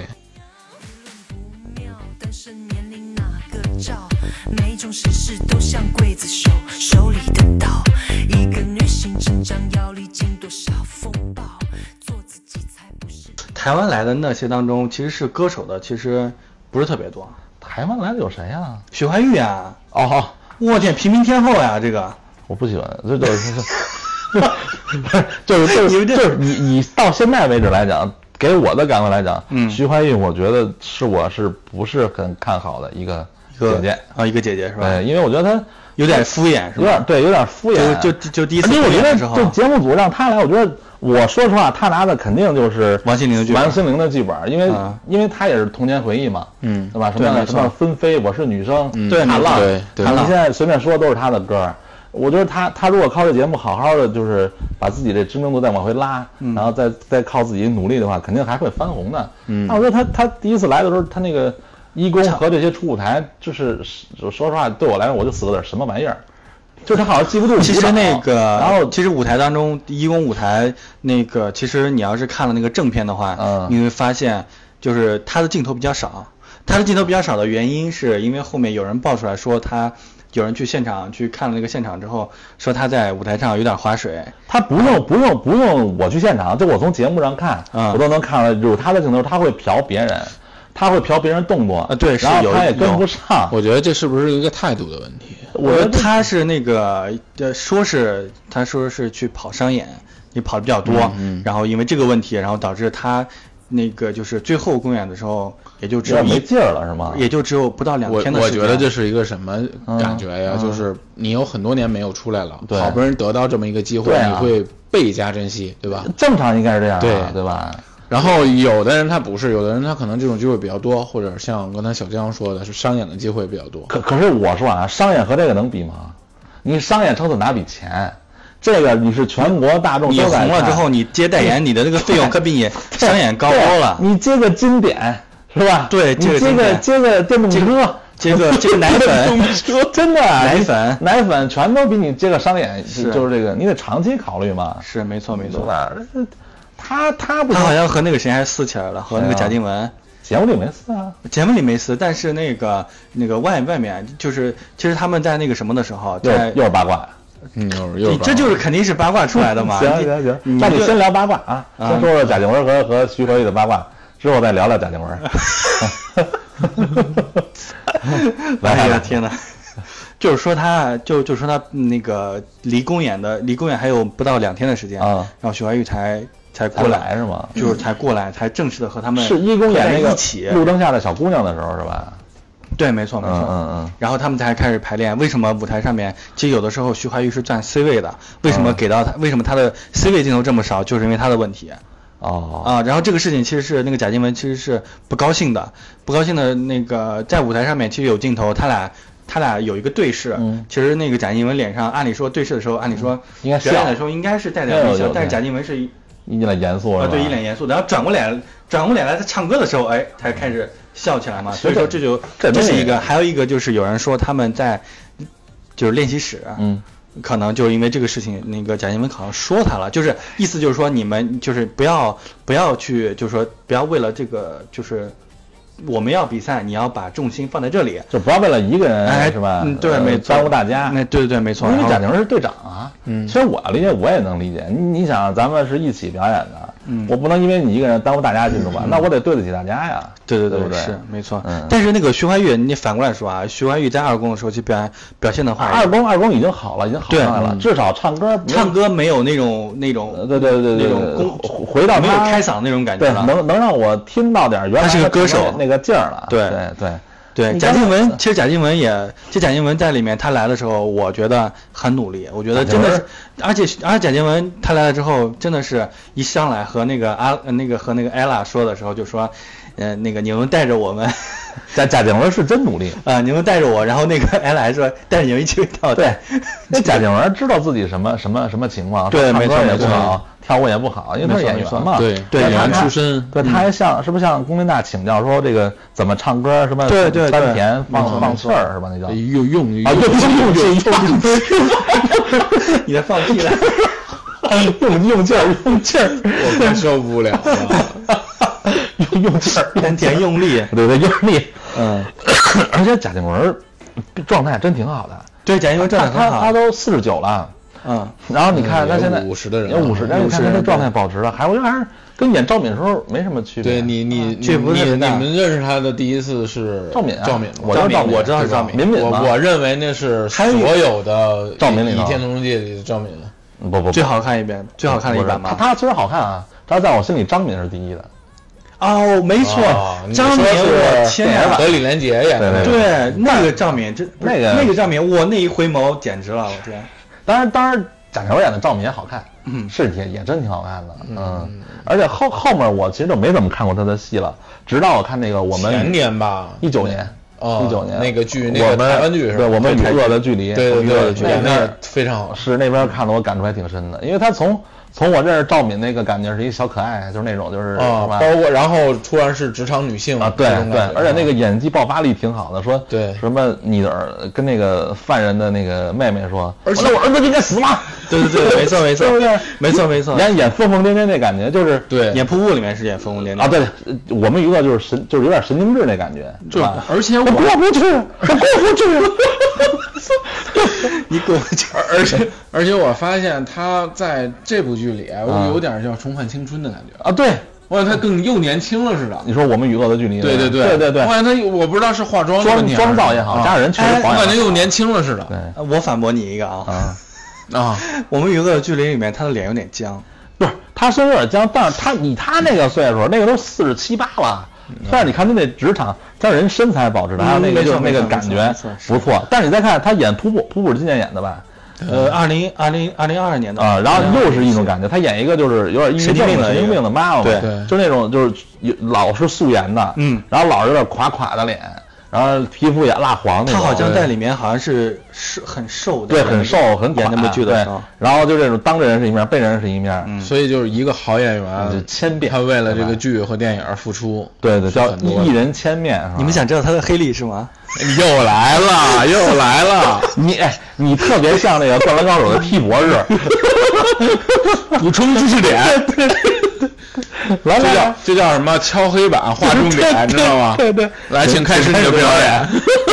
每种事事都像刽子手手里的刀，一个女性成长要历经多少风暴，做自己才不是。 台湾来的那些当中，其实是歌手的，其实不是特别多。 台湾来的有谁呀？ 许怀玉啊！ 哦， 我天，平民天后呀，这个我不喜欢，这就是就是就是就是你你到现在为止来讲，给我的感觉来讲， 嗯， 徐怀钰我觉得是我是不是很看好的一个姐姐啊，一个姐姐是吧？ 对，因为我觉得她有点敷衍，是吧？ 有点对，有点敷衍， 就就就第一次。 而且我觉得这节目组让她来，我觉得我说实话，她拿的肯定就是王心凌的剧本， 王心凌的剧本，因为、啊、因为她也是童年回忆嘛， 嗯， 对吧？什么什么纷飞，我是女生， 嗯、 对， 踏浪， 对对， 你现在随便说都是她的歌。我觉得他他如果靠这节目好好的就是把自己的知名度再往回拉， 嗯、 然后再再靠自己努力的话，肯定还会翻红的。 嗯， 那我觉得他他第一次来的时候，他那个义工和这些初舞台，就是说实话对我来说，我就死了点什么玩意儿，就是他好像记不住。 其实那个， 然后其实舞台当中义工舞台那个，其实你要是看了那个正片的话， 嗯， 你会发现就是他的镜头比较少。他的镜头比较少的原因是因为后面有人爆出来说他。 有人去现场去看了那个现场之后，说他在舞台上有点划水。 他不用不用不用我去现场，就我从节目上看， 嗯、 我都能看到，就是他的镜头他会瞟别人，他会瞟别人动作啊，对， 然后他也跟不上。 我觉得这是不是一个态度的问题？ 我觉得他是那个呃，说是他说是去跑商演，你跑的比较多， 嗯嗯、 然后因为这个问题，然后导致他那个就是最后公演的时候也就只有没劲儿了，是吗？ 也就只有不到两天的时间。 我我觉得这是一个什么感觉呀？ 嗯、 就是你有很多年没有出来了， 对好不容易得到这么一个机会， 啊、 你会倍加珍惜，对吧？ 正常应该是这样、啊， 对对吧？ 然后有的人他不是，有的人他可能这种机会比较多，或者像刚才小江说的是商演的机会比较多。 可可是我说啊，商演和这个能比吗？你商演成本哪比钱？这个你是全国大众都在看， 你红了之后，你接代言，你的那个费用可比你商演高多了。 你接个经典是吧？ 对， 你接个接个电动车， 接个接个奶粉， 真的奶粉奶粉全都比你接个商演，就是这个，你得长期考虑嘛。 是没错没错。 他他不他好像和那个谁还撕起来了，和那个贾静雯。 节目里没撕啊， 节目里没撕，但是那个那个外外面就是其实他们在那个什么的时候， 又又是八卦。 嗯，又是这就是肯定是八卦出来的嘛。 行行行，那你先聊八卦啊，先说说贾静雯和和徐怀钰的八卦，之后再聊聊贾静雯。 哎呀天哪！就是说他就就说他那个离公演的离公演还有不到两天的时间啊， 然后徐怀钰才才过来是吗？ 就是才过来，才正式的和他们是一公演那个一起路灯下的小姑娘的时候是吧？ 对，没错没错， 嗯嗯。 然后他们才开始排练。为什么舞台上面其实有的时候徐怀钰是占 C 位的？为什么给到他？为什么他的 C 位镜头这么少？就是因为他的问题。 哦。 啊，然后这个事情其实是那个贾静雯其实是不高兴的，不高兴的那个在舞台上面其实有镜头，他俩。他俩有一个对视， 嗯、 其实那个贾静雯脸上，按理说对视的时候，按理说应该表演的时候应该是带点微笑，但是贾静雯是一脸严肃啊，对，一脸严肃，然后转过脸，转过脸来，他唱歌的时候，哎，才开始笑起来嘛。所以说这就这是一个，还有一个就是有人说他们在就是练习室， 嗯， 可能就是因为这个事情，那个贾静雯好像说他了，就是意思就是说你们就是不要不要去，就是说不要为了这个就是。我们要比赛，你要把重心放在这里， 就不要为了一个人， 哎、 是吧？ 嗯，对，没耽误大家。 那对对对，没错。 因为贾静雯是队长啊， 嗯， 其实我理解，我也能理解。你你想，咱们是一起表演的， 嗯， 我不能因为你一个人耽误大家进度吧？嗯、那我得对得起大家呀。 对对对， 对不对？ 是没错。 嗯。 但是那个徐怀钰，你反过来说啊，徐怀钰在二公的时候去表演表现的话， 二公二公已经好了，已经好上来了， 嗯、 至少唱歌唱歌没有那种那种， 对对对对， 那种公回到没有开嗓那种感觉了，对，能能让我听到点原来他是个歌手那个劲儿了。 对。 对对对，贾静雯其实贾静雯也，其实贾静雯在里面她来的时候，我觉得很努力，我觉得真的是，而且而且贾静雯她来了之后，真的是一上来和那个阿那个和那个 ella 说的时候就说，呃那个你们带着我们， 贾贾静雯是真努力啊、呃，你们带着我，然后那个 ella 还说带着你们一起跳。 对，那贾静雯知道自己什么什么什么情况， 对，没错也不好。跳舞也不好，因为他是演员嘛， 对对， 演员出身。 对，他还向是不是向龚琳娜请教说这个怎么唱歌，什么对对丹田放放气儿是吧？那叫用用啊用用劲用劲， 你在放屁了， 用用劲儿用劲儿， 我快受不了了， 用用劲儿， 丹田用力， 对对用力， 嗯， 而且贾静雯状态真挺好的， 对，贾静雯状态很好， 她都四十九了。 嗯， 然后你看他现在五十的人， 有五十，但是你看他的状态保持了，还我觉得还是跟演赵敏时候没什么区别。 对你你这不是你们认识他的第一次是赵敏， 赵敏， 我知道赵敏， 我知道是赵敏， 敏敏我我认为那是所有的赵敏里 《倚天屠龙记》里的赵敏， 不不最好看一遍，最好看的一版嘛。 他他其实好看啊，但是在我心里张敏是第一的。 哦，没错，张敏， 我天呀， 和李连杰演的， 对，那个赵敏，这那个那个赵敏，我那一回眸简直了，我天！ 当然当然。贾静雯演的赵敏也好看， 嗯， 是也也真挺好看的，嗯，嗯而且后后面我其实就没怎么看过她的戏了，直到我看那个我们前年吧， 一九年， 哦， 一九年那个剧，那个台湾剧是吧？ 对，我们与恶的距离， 对对对， 距离那个非常好， 是那边看的我感触还挺深的，因为他从从我认识赵敏那个感觉是一小可爱，就是那种就是啊，包括然后突然是职场女性啊，对对，而且那个演技爆发力挺好的，说对什么你的儿跟那个犯人的那个妹妹说，而且我儿子应该死吗？ 对对对，没错没错，没错没错， 演演疯疯癫癫那感觉，就是对， 演瀑布里面是演疯疯癫癫啊，对，我们娱乐就是神，就是有点神经质那感觉， 就吧？ 而且我过不去，我过不去。 你过不去， 而且而且我发现他在这部剧里，我有点像重返青春的感觉啊，对。 我感觉他更又年轻了似的。 你说我们娱乐的距离？ 对对对对对。 我感觉他，我不知道是化妆妆妆造也好，加上人确实保养， 我感觉又年轻了似的。 对， 我反驳你一个啊啊啊！我们娱乐的距离里面，他的脸有点僵。 不是，他虽然有点僵，但是他以他那个岁数，那个都四十七八了。但是你看他那职场，他人身材保持的，还有那个就是那个感觉不错。但是你再看他演瀑布，瀑布是今年演的吧？ 呃，二零二零二零二二年的啊，然后又是一种感觉，他演一个就是有点神经病的神经病的妈妈， 对， 就那种就是老是素颜的， 嗯， 然后老是有点垮垮的脸，然后皮肤也蜡黄那种。 他好像在里面好像是是很瘦的， 对，很瘦，很演那部剧的时候， 然后就这种当着人是一面，背着人是一面， 嗯，所以就是一个好演员， 就千变， 他为了这个剧和电影付出， 对对，叫一人千面。 你们想知道他的黑历史吗？ 又来了，又来了！ 你哎，你特别像那个《灌篮高手》的 T 博士， 补充知识点。 来来来， 这叫什么？敲黑板画重点，知道吗？ 对对。 来，请开始你的表演。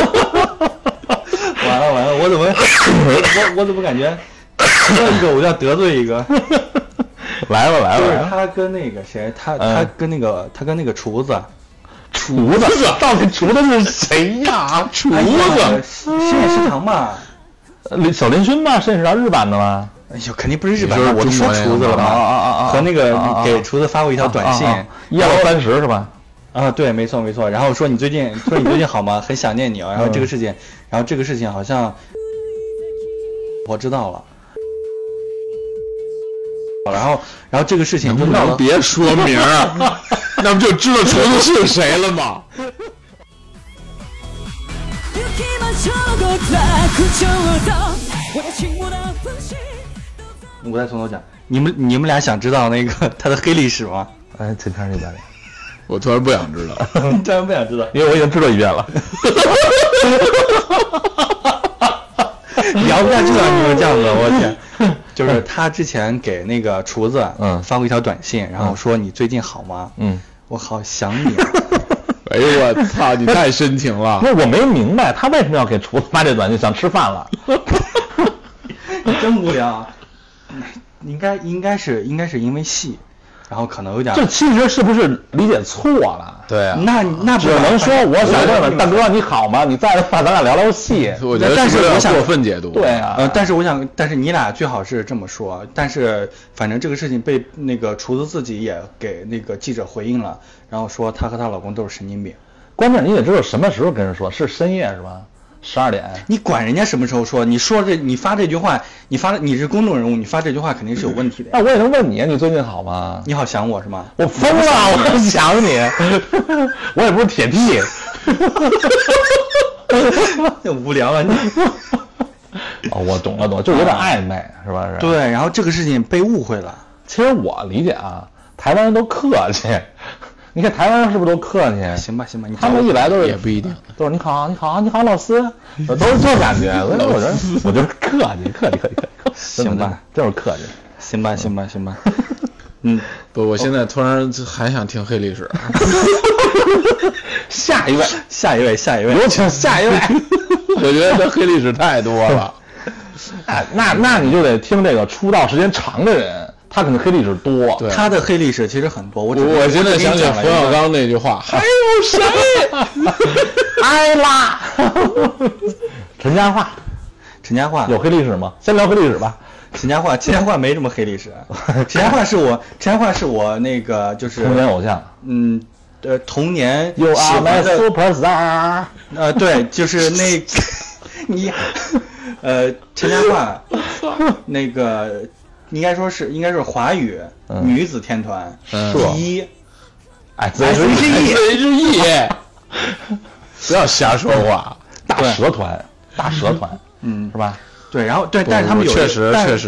完了完了，我怎么我我怎么感觉说一个我就要得罪一个？ 来吧来吧。 就是他跟那个谁，他他跟那个他跟那个厨子。 厨子，到底厨子是谁呀？厨子， 深夜食堂嘛， 林小林勋吧，深夜食堂日版的吗？ 哎呦，肯定不是日版的，我说厨子了嘛， 啊啊啊！ 和那个给厨子发过一条短信， 一二三十是吧？ 啊，对，没错没错。然后说你最近，说你最近好吗？很想念你哦。然后这个事情，然后这个事情好像我知道了。然后，然后这个事情就闹了， 别说名儿，那不就知道厨子是谁了吗？ 我再从头讲，你们你们俩想知道那个他的黑历史吗？ 哎，请开始讲。 我突然不想知道， 突然不想知道， 因为我已经知道一遍了。 聊不下去了，你们这样子，我天！就是他之前给那个厨子嗯发过一条短信，然后说你最近好吗？ 嗯， 我好想你。 哎呦我操，你太深情了。 不是，我没明白他为什么要给厨子发这短信，想吃饭了。 你真无聊。应该应该是应该是因为戏，然后可能有点。 这其实是不是理解错了？ 对啊。 那那只能说我想问问大哥你好吗？你再话咱俩聊聊戏。 我觉得但是我想过分解读。 对啊。 呃，但是我想，但是你俩最好是这么说。但是反正这个事情被那个厨子自己也给那个记者回应了，然后说她和她老公都是神经病。 关键你得知道什么时候跟人说，是深夜是吧？十二点， 你管人家什么时候说？你说这，你发这句话，你发你是公众人物，你发这句话肯定是有问题的。 那我也能问你，你最近好吗？ 你好想我是吗？ 我疯了，我想你，我也不是铁 T。 无聊啊你。 哦，我懂了懂了，就是有点暧昧，是吧？是。 对，然后这个事情被误会了。 其实我理解啊，台湾人都客气。你看台湾人是不是都客气？ 行吧行吧，你他们一来都是也不一定， 都是你好你好你好老师，都是这感觉。所以我觉得我觉得客气客气客气客气， 行吧， 就是客气。 行吧行吧行吧。嗯， 不，我现在突然还想听黑历史。 下一位，下一位，下一位， 有请下一位。 我觉得他黑历史太多了。 哎，那那你就得听这个出道时间长的人。他可能黑历史多， 对他的黑历史其实很多。我我现在想起冯小刚那句话，还有谁？ 艾拉，陈嘉桦， 陈嘉桦有黑历史吗？先聊黑历史吧。 陈嘉桦，陈嘉桦没什么黑历史。陈嘉桦是我，陈嘉桦是我那个就是童年偶像。 嗯，呃，童年喜欢的 superstar。 呃，对，就是那个你，呃，陈嘉桦那个。应该说是，应该是华语女子天团第一， 哎 ，S H E， H E， 不要瞎说话， 大蛇团，大蛇团， 嗯， 是吧？ 对，然后对，但是他们有确实确实，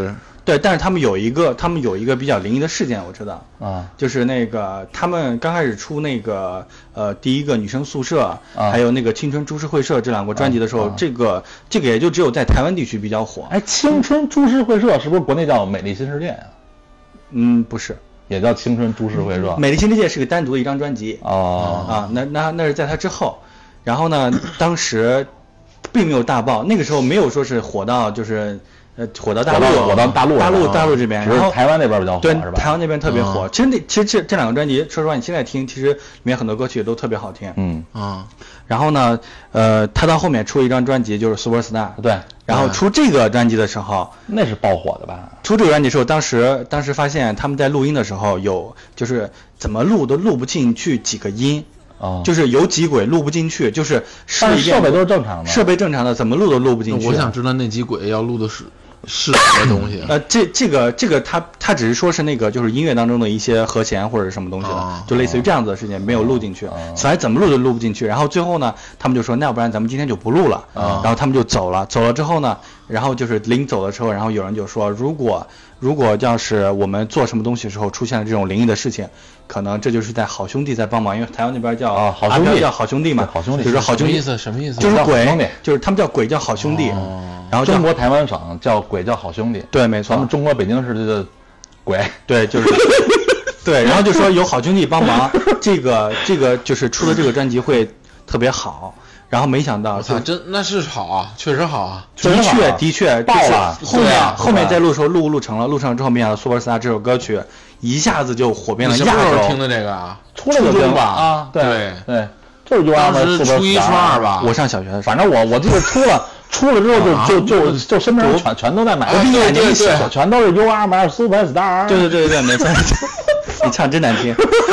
对，但是他们有一个，他们有一个比较灵异的事件，我知道啊， 就是那个他们刚开始出那个呃第一个女生宿舍，啊、还有那个青春株式会社这两个专辑的时候，啊、这个这个也就只有在台湾地区比较火。 哎，青春株式会社是不是国内叫美丽新世界啊？ 嗯，不是。 也叫青春株式会社。 美丽新世界是个单独的一张专辑。 哦。 啊，那那那是在它之后，然后呢，当时并没有大爆，那个时候没有说是火到就是呃火到大陆， 火到大陆大陆大陆这边，然后台湾那边比较火， 对， 是吧？ 台湾那边特别火。其实那其实这这两个专辑，说实话，你现在听，其实里面很多歌曲都特别好听。 嗯啊。 然后呢，呃，他到后面出一张专辑就是 Super Star。 对。 然后出这个专辑的时候， 那是爆火的吧？ 出这个专辑的时候，当时当时发现他们在录音的时候有，就是怎么录都录不进去几个音， 哦， 就是有几轨录不进去，就是但是设备都是正常的， 设备正常的，怎么录都录不进去。 我想知道那几轨要录的是是什么东西？ 呃，这这个这个他他只是说是那个就是音乐当中的一些和弦或者什么东西的， 哦、 就类似于这样子的事情，没有录进去，反正怎么录都录不进去。然后最后呢，他们就说那要不然咱们今天就不录了， 哦、 然后他们就走了。走了之后呢，然后就是临走的时候，然后有人就说，如果如果要是我们做什么东西的时候出现了这种灵异的事情，可能这就是在好兄弟在帮忙，因为台湾那边叫啊好兄弟叫好兄弟嘛， 好兄弟就是好兄弟什么意思？什么意思？ 就是鬼兄弟， 就是他们叫鬼叫好兄弟。 哦然后中国台湾省叫鬼叫好兄弟， 对，没错。 咱们中国北京市的鬼， 对，就是对。然后就说有好兄弟帮忙，这个这个就是出的这个专辑会特别好。然后没想到， 操，真那是好啊，确实好啊， 的确的确爆了。 后面后面在录的时候录录成了，录成了之后，没想到《Super Star》这首歌曲一下子就火遍了亚洲。 什么时候听的这个啊？ 出来就听吧啊， 对对，就是 U R 当时初一初二吧， 我上小学的时候， 反正我我记得出了。出了之后就、啊、就就就就身边人全全都在买， 我比你年纪小，全都是 U R 买 Super Star。 对对对对，没错。你唱真难听。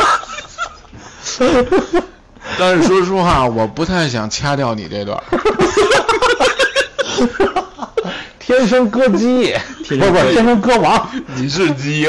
但是说实话，我不太想掐掉你这段。 天生歌姬，不不，天生歌王， 你是鸡。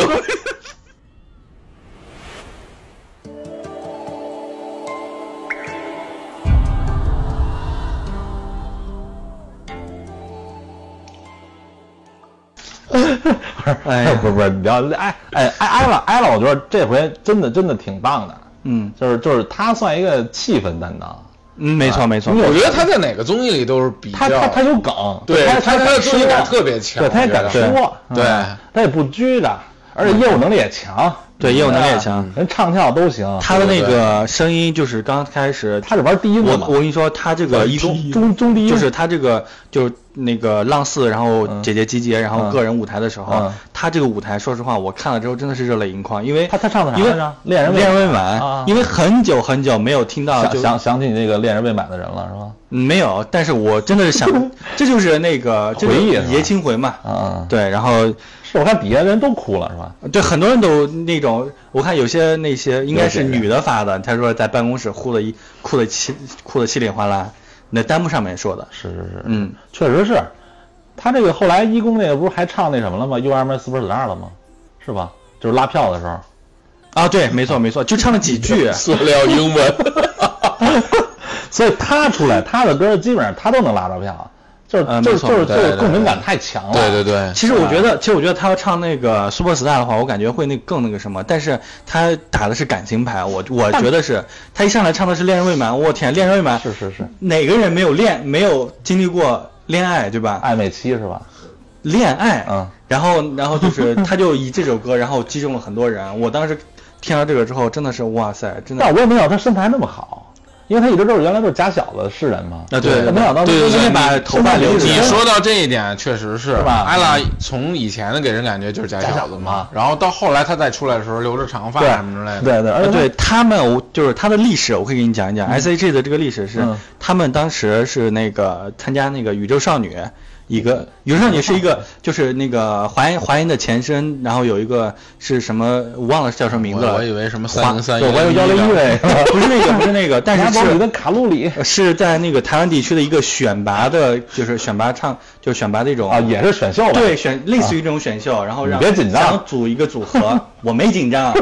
哎，不是不是，聊哎哎哎挨了挨了，我觉得这回真的真的挺棒的， 嗯， 就是就是他算一个气氛担当， 嗯，没错没错， 我觉得他在哪个综艺里都是比较， 他他他有梗， 对他他的综艺感特别强， 对，他也敢说， 对， 他也不拘着，而且业务能力也强。 对，业务能力也强， 人唱跳都行。 他的那个声音就是刚开始， 他是玩低音的嘛。 我我跟你说，他这个一中中中低音， 就是他这个就是那个浪四，然后姐姐集结，然后个人舞台的时候，他这个舞台，说实话，我看了之后真的是热泪盈眶，因为他他唱的啥来着？ 恋人恋人未满，因为很久很久没有听到， 想想起你那个恋人未满的人了，是吧？ 没有，但是我真的是想，这就是那个回忆爷青回嘛， 啊， 对，然后。 我看底下人都哭了，是吧？ 对，很多人都那种，我看有些那些应该是女的发的，她说在办公室哭的一哭的稀哭的稀里哗啦，那弹幕上面说的。 是是是， 嗯， 确实是。他这个后来一公那个不是还唱那什么了吗 ？U R M Super Star 了吗？是吧？就是拉票的时候。 啊，对，没错没错，就唱了几句塑料英文。 所以他出来，他的歌基本上他都能拉着票。就是就是就是就是共鸣感太强了。 对对对。 其实我觉得，其实我觉得他要唱那个 Super Star 的话，我感觉会那更那个什么。但是他打的是感情牌，我我觉得是他一上来唱的是恋人未满，我天，恋人未满。 是是是。 哪个人没有恋没有经历过恋爱，对吧？ 暧昧期是吧？ 恋爱。 嗯。 然后然后就是他就以这首歌，然后击中了很多人。我当时听到这个之后，真的是哇塞，真的。 但我也没想到他身材那么好。因为他一直都是原来都是假小子诗人嘛， 啊对， 没想到对对对， 把头发留你说到这一点确实是， 是吧？ 艾拉从以前的给人感觉就是假小子嘛，然后到后来他再出来的时候留着长发什么之类的， 对对，而且对他们就是他的历史，我可以给你讲一讲 S H E 的这个历史是，他们当时是那个参加那个宇宙少女。一个宇宙少女是一个，就是那个华研华研的前身，然后有一个是什么，我忘了叫什么名字了。 我以为什么三零三一， 我有幺零一嘞， 不是那个，不是那个，但是是的卡路里是在那个台湾地区的一个选拔的，就是选拔唱，就是选拔的一种啊，也是选秀吧？ 对，选类似于这种选秀，然后让别紧张， 想组一个组合，我没紧张。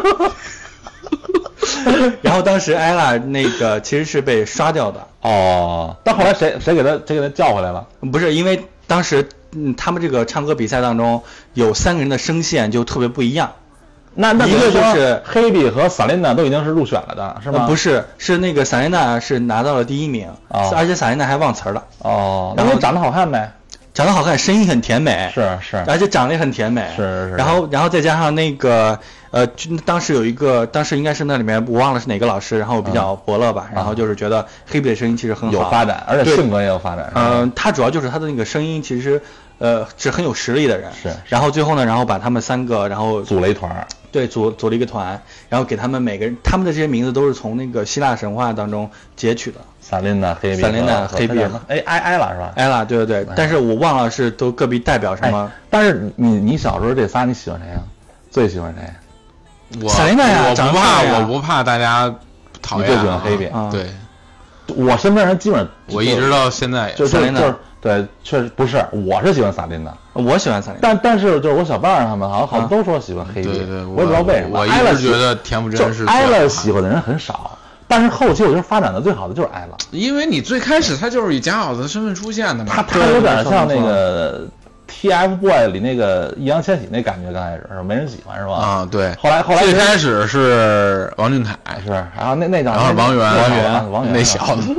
然后当时艾拉那个其实是被刷掉的哦，但后来谁谁给他谁给他叫回来了？ 不是因为。当时嗯，他们这个唱歌比赛当中有三个人的声线就特别不一样。 那那一个就是黑比和萨琳娜都已经是入选了的，是吗？ 呃、不是，是那个萨琳娜是拿到了第一名， 哦、 而且萨琳娜还忘词了。 哦， 然后长得好看呗。 长得好看，声音很甜美， 是是， 而且长得也很甜美， 是是是。 然后然后再加上那个呃，当时有一个，当时应该是那里面我忘了是哪个老师，然后比较伯乐吧， 嗯、 然后就是觉得黑比的声音其实很好， 有发展，而且性格也有发展。 嗯、呃，他主要就是他的那个声音其实呃是很有实力的人。 是。 然后最后呢，然后把他们三个，然后组了一团。 对，组组了一个团，然后给他们每个人，他们的这些名字都是从那个希腊神话当中截取的。 萨琳娜、黑比、 萨琳娜、黑比， 哎，埃埃拉是吧？ 埃拉，对对对，但是我忘了是都个别代表什么。 但是你你小时候这仨你喜欢谁呀？最喜欢谁？ 我萨琳娜呀， 我不怕，我不怕大家讨厌。 你最喜欢黑比？ 对， 我身边人基本上， 我一直到现在就是就是对，确实不是，我是喜欢萨琳娜， 我喜欢萨琳娜， 但但是就是我小伴儿他们好像好像都说喜欢黑比， 对对， 我也不知道为什么。 我一直觉得田馥甄是艾拉喜欢的人很少。但是后期我觉得发展的最好的就是艾拉， 因为你最开始他就是以假小子的身份出现的嘛， 他他有点像那个 T F BOY 里那个易烊千玺那感觉，刚开始是没人喜欢是吧？ 啊，对。 后来后来最开始是王俊凯是，然后那那叫然后王源王源王源那小子，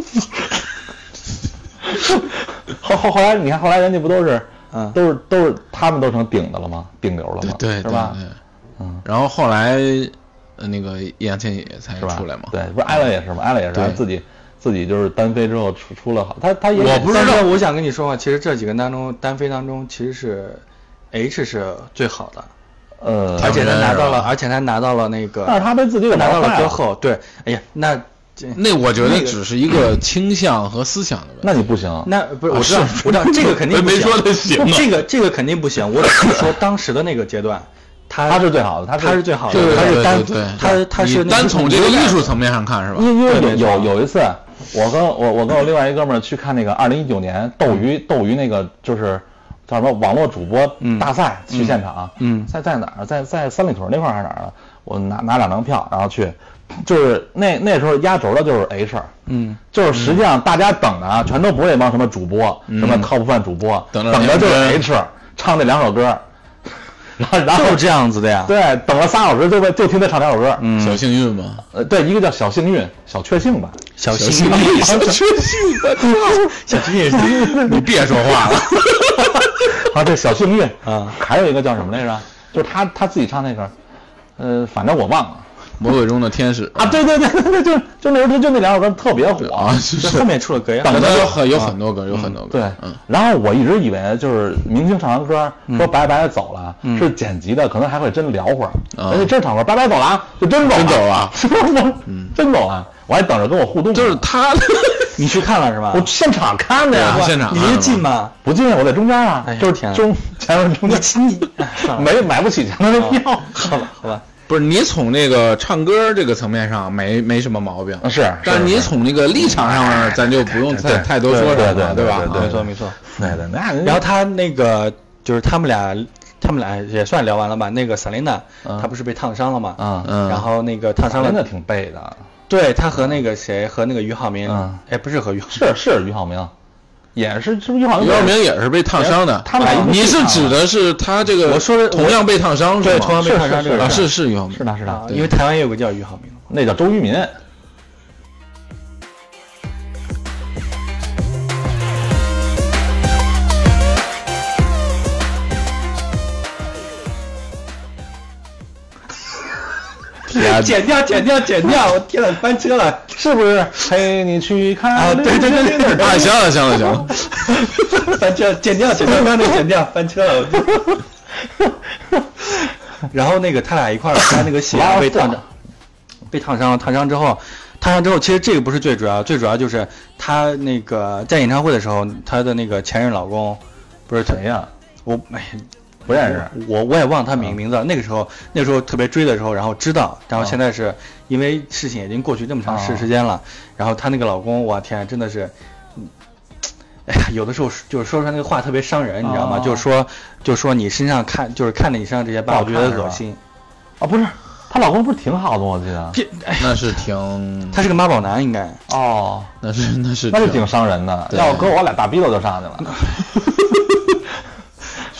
后后后来你看后来人家不都是嗯都是都是他们都成顶的了吗？顶流了吗？ 对， 是吧？ 嗯，然后后来。那个易烊千玺才出来嘛？ 对，不是艾拉也是吗？艾拉也是自己自己就是单飞之后出出了好，他他也我不知道。 我想跟你说啊，其实这几个当中单飞当中，其实是 H 是最好的， 呃， 而且他拿到了，而且他拿到了那个， 但是他被自己拿到了歌后，对，哎呀，那那我觉得只是一个倾向和思想的问题。 那你不行， 那不是我知道，我知道这个肯定没说的行， 这个这个肯定不行，我只是说当时的那个阶段。他他是最好的，他是他是最好的， 对他是单对他他是单从这个艺术层面上看是吧？ 因为有有有一次，我跟我我跟我另外一哥们儿去看那个二零一九年斗鱼斗鱼那个就是叫什么网络主播大赛，去现场， 嗯， 在在哪儿？在在三里屯那块儿还是哪儿了？我拿拿两张票，然后去，就是那那时候压轴的就是 H， 嗯， 就是实际上大家等的啊，全都不是那帮什么主播，什么 top 饭主播，等的就是 H 唱这两首歌。然后，然后就这样子的呀？ 对，等了仨小时，就为就听他唱两首歌。 嗯，小幸运嘛。 呃，对，一个叫小幸运，小确幸吧。 小幸运， 小确幸吧。 小幸运， 你别说话了。 啊，对，小幸运啊， 还有一个叫什么来着？就是他他自己唱那个，呃，反正我忘了。 魔鬼中的天使啊，对对对对对，就就那时候就那两首歌特别火啊， 是后面出了歌呀， 等的有很有很多歌，有很多歌。 对，嗯。然后我一直以为就是明星唱完歌说拜拜走了，是剪辑的，可能还会真聊会儿。而且真唱歌拜拜走了啊，就真走真走了， 是不是？嗯，真走了。我还等着跟我互动。 就是他， 你去看了是吧？ 我现场看的呀， 现场。 你离近吗？ 不近，我在中间啊，就是中前面中间。 你没买不起前面的票。 好吧，好吧。 不是你从那个唱歌这个层面上没没什么毛病， 是， 但是你从那个立场上面，咱就不用太太多说什么， 对吧？ 没错没错。 对对，那然后他那个就是他们俩，他们俩也算聊完了吧？那个萨琳娜，她不是被烫伤了嘛？ 嗯嗯。然后那个烫伤了， 真的挺背的。 对他和那个谁和那个俞灏明，哎，不是和俞灏， 是是俞灏明。也是，是不是俞灏明？ 俞灏明也是被烫伤的。 他们俩， 你是指的是他这个？ 我说的同样被烫伤是吗？对，同样被烫伤这个啊，是是俞灏明， 是他是他， 因为台湾也有个叫俞灏明， 那叫周渝民。 剪掉，剪掉，剪掉！我天呐，翻车了， 是不是？陪你去看啊！对对对对对！ 啊，行了行了行了， 翻车，剪掉，剪掉，刚才剪掉，翻车了。然后那个他俩一块儿拍那个戏，被烫着，被烫伤了。烫伤之后，烫伤之后，其实这个不是最主要，最主要就是他那个在演唱会的时候，他的那个前任老公不是谁呀？ 我哎。 不认识我，我也忘他名名字了。那个时候，那个时候特别追的时候，然后知道，然后现在是因为事情已经过去这么长时时间了，然后她那个老公，我天，真的是，哎呀，有的时候就是说出来那个话特别伤人，你知道吗？就是说，就说你身上看，就是看着你身上这些疤，我觉得恶心。 啊，不是，她老公不是挺好的，我记得。 那是挺， 他是个妈宝男，应该。 哦， 那是那是那是挺伤人的。要搁我俩大逼斗就上去了。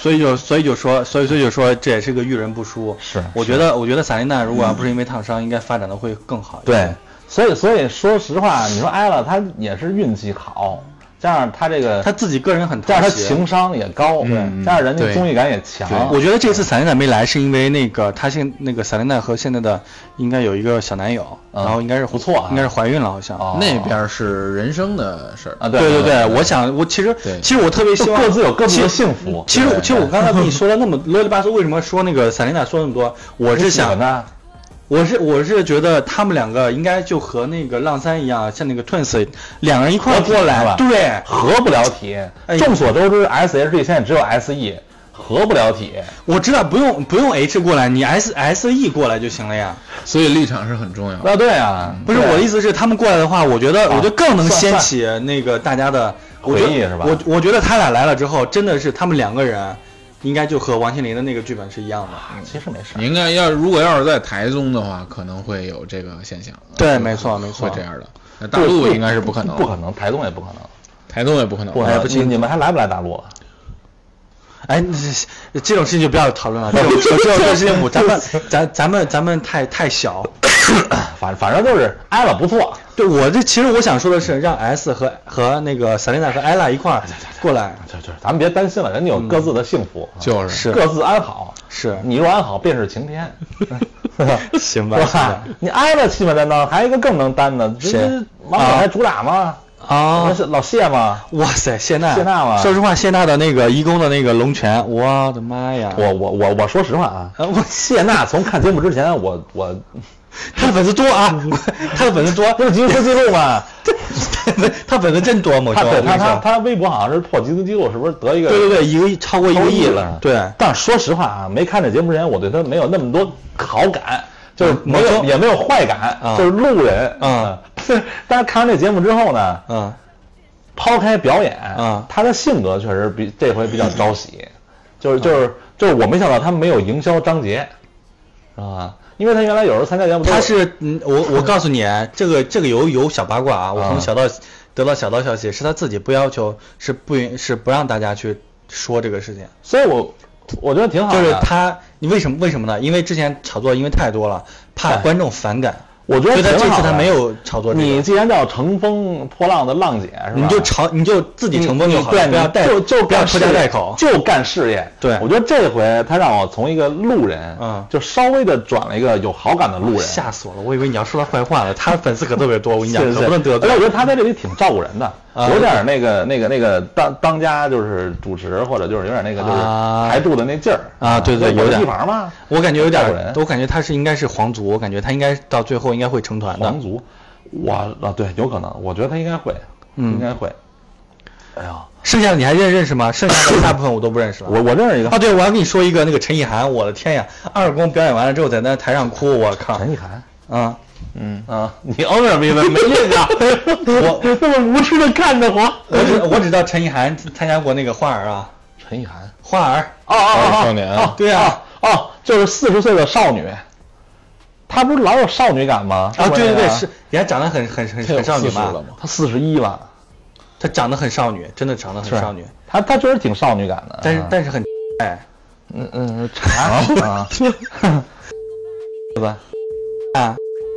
所以就所以就说，所以所以就说这也是个遇人不淑。 是， 我觉得我觉得萨琳娜如果要不是因为烫伤，应该发展的会更好一对点。， 所以所以说实话，你说艾拉她也是运气好，加上她这个她自己个人很加上她讨喜情商也高，对，加上人家对综艺感也强。 我觉得这次萨琳娜没来是因为那个她现那个萨琳娜和现在的应该有一个小男友， 嗯然后应该是不错啊应该是怀孕了好像。 哦那边是人生的事儿啊， 对对对，我想我其实对其实我特别希望各自有各自的其幸福。 其实对其实我刚才跟你说了那么啰里吧嗦，为什么说那个萨琳娜说那么多？我是想呢， 我是我是觉得他们两个应该就和那个浪三一样，像那个 Twins 两个人一块儿过是来， 吧对， 合不了体。 哎众所周知 ，S H E 现在只有 S E， 合不了体。 我知道不用不用 H 过来，你 S S E 过来就行了呀。 所以立场是很重要的。 啊，对啊， 不是对我的意思是，他们过来的话，我觉得啊我觉得更能算掀起那个大家的回忆是吧我我觉得他俩来了之后，真的是他们两个人，应该就和王心凌的那个剧本是一样的。 其实没事。 你应该要如果要是在台中的话，可能会有这个现象。 对没错没错会这样的。那大陆应该是不可能， 不可能，台东也不可能， 台东也不可能。 不可能。你你们还来不来大陆了？ 哎，这这种事情就不要讨论了，这种这种这种事情，咱们咱咱们咱们太太小。 反反正就是艾拉不错。 对我这其实我想说的是，让 S 和和那个萨琳娜和艾拉一块儿过来， 就就是咱们别担心了，人家有各自的幸福， 就是是各自安好。 是你若安好，便是晴天。 行吧是吧？你挨了气氛担当，还有一个更能担的，这谁这王宝还主打吗？ 啊那是老谢吗？ 哇塞，谢娜， 谢娜嘛说实话，谢娜的那个义工的那个龙泉，我的妈呀！ 我我我我说实话啊， 啊我谢娜从看节目之前，我我他的粉丝多啊，他的粉丝多， 不是吉尼斯纪录吗？ 他粉丝真多，某他对他他他他微博好像是破吉尼斯纪录，是不是得一个？ 对对对，一个亿超过一个亿了。 对， 但是说实话啊，没看这节目之前，我对他没有那么多好感，就是没有我说也没有坏感， 啊就是路人。 嗯， 但是看完这节目之后呢， 嗯抛开表演， 嗯他的性格确实比这回比较招喜，就是就是就是我没想到他没有营销张杰，知道吧？因为他原来有时候参加节目都， 他是嗯，我我告诉你，这个这个有有小八卦啊，我从啊小道得到小道消息，是他自己不要求，是不允是不让大家去说这个事情， 所以我我觉得挺好的。 就是他，你为什么为什么呢？因为之前炒作因为太多了，怕对观众反感。 我觉得所以他这挺好的次他没有炒作这个。 你既然叫乘风破浪的浪姐是吧？ 你就炒，你就自己乘风就好了， 对， 不要带， 就就不要拖干事业家带口。 就干事业。 对我觉得这回他让我从一个路人， 嗯就稍微的转了一个有好感的路人。 吓死我了！我以为你要说他坏话了，他粉丝可特别多，我跟你讲， 是是可不能得罪。 而且我觉得他在这里挺照顾人的， 啊有点那个那个那个当当家就是主持，或者就是有点那个就是啊台柱的那劲儿啊对对有点地方嘛。 我感觉有点照顾人， 我感觉他是应该是皇族，我感觉他应该到最后应该会成团的。 皇族，哇啊对，有可能，我觉得他应该会， 嗯应该会。哎呀， 剩下的你还认认识吗？剩下的大部分我都不认识了。 我我认识一个啊，对，我要跟你说一个那个陈意涵，我的天呀！二公表演完了之后在那台上哭，我靠！ 陈意涵。 啊， 嗯啊，你嗯什么意思？没印象，我那么无知的看着我。 我只我只知道陈意涵参加过那个花儿啊， 陈意涵， 花儿。 哦哦哦， 少年哦， 对啊， 哦，就是四十岁的少女，她不是老有少女感吗？ 啊，对对对， 上回那个是，人家长得很很很很少女四十了嘛， 吗？ 她四十一了， 她长得很少女，真的长得很是少女， 她她确实挺少女感的， 但是啊但是很哎， 嗯嗯茶啊，对吧？ 啊，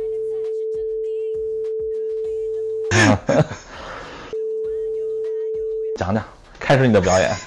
讲讲，开始你的表演。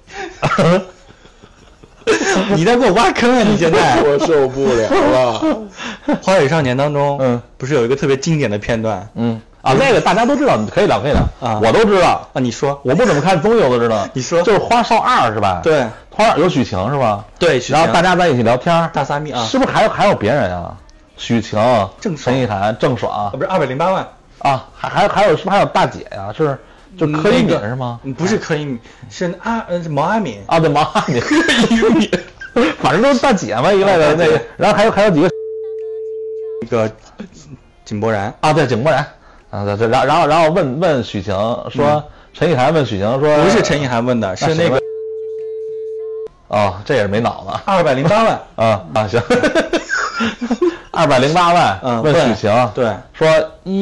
你在给我挖坑啊！你现在我受不了了。 《花儿与少年》当中， 嗯， 不是有一个特别经典的片段嗯啊，那个大家都知道，可以聊可以聊啊我都知道。 啊？你说， 我不怎么看综艺，我都知道。 你说就是《花少二》是吧？， 对花少有许晴是吧？ 对，许然后晴大家在一起聊天， 大撒蜜啊， 是不是还有还有别人啊？许晴、 郑爽陈意涵、郑爽啊不是二百零八万， 啊，还还还有是不是还有大姐呀？是就柯以敏是吗？ 嗯不是柯以敏，是阿呃是毛阿敏。 啊，对，毛阿敏，柯以敏，反正都是大姐嘛一类的那个。然后还有还有几个那个井柏然， 啊，对，井柏然啊，对对，然后然后然后问问许晴说，陈意涵问许晴说， 不是陈意涵问的，是那个哦，这也是没脑子。 二百零八万。 啊啊行，二百零八万， 嗯问许晴， 对说一第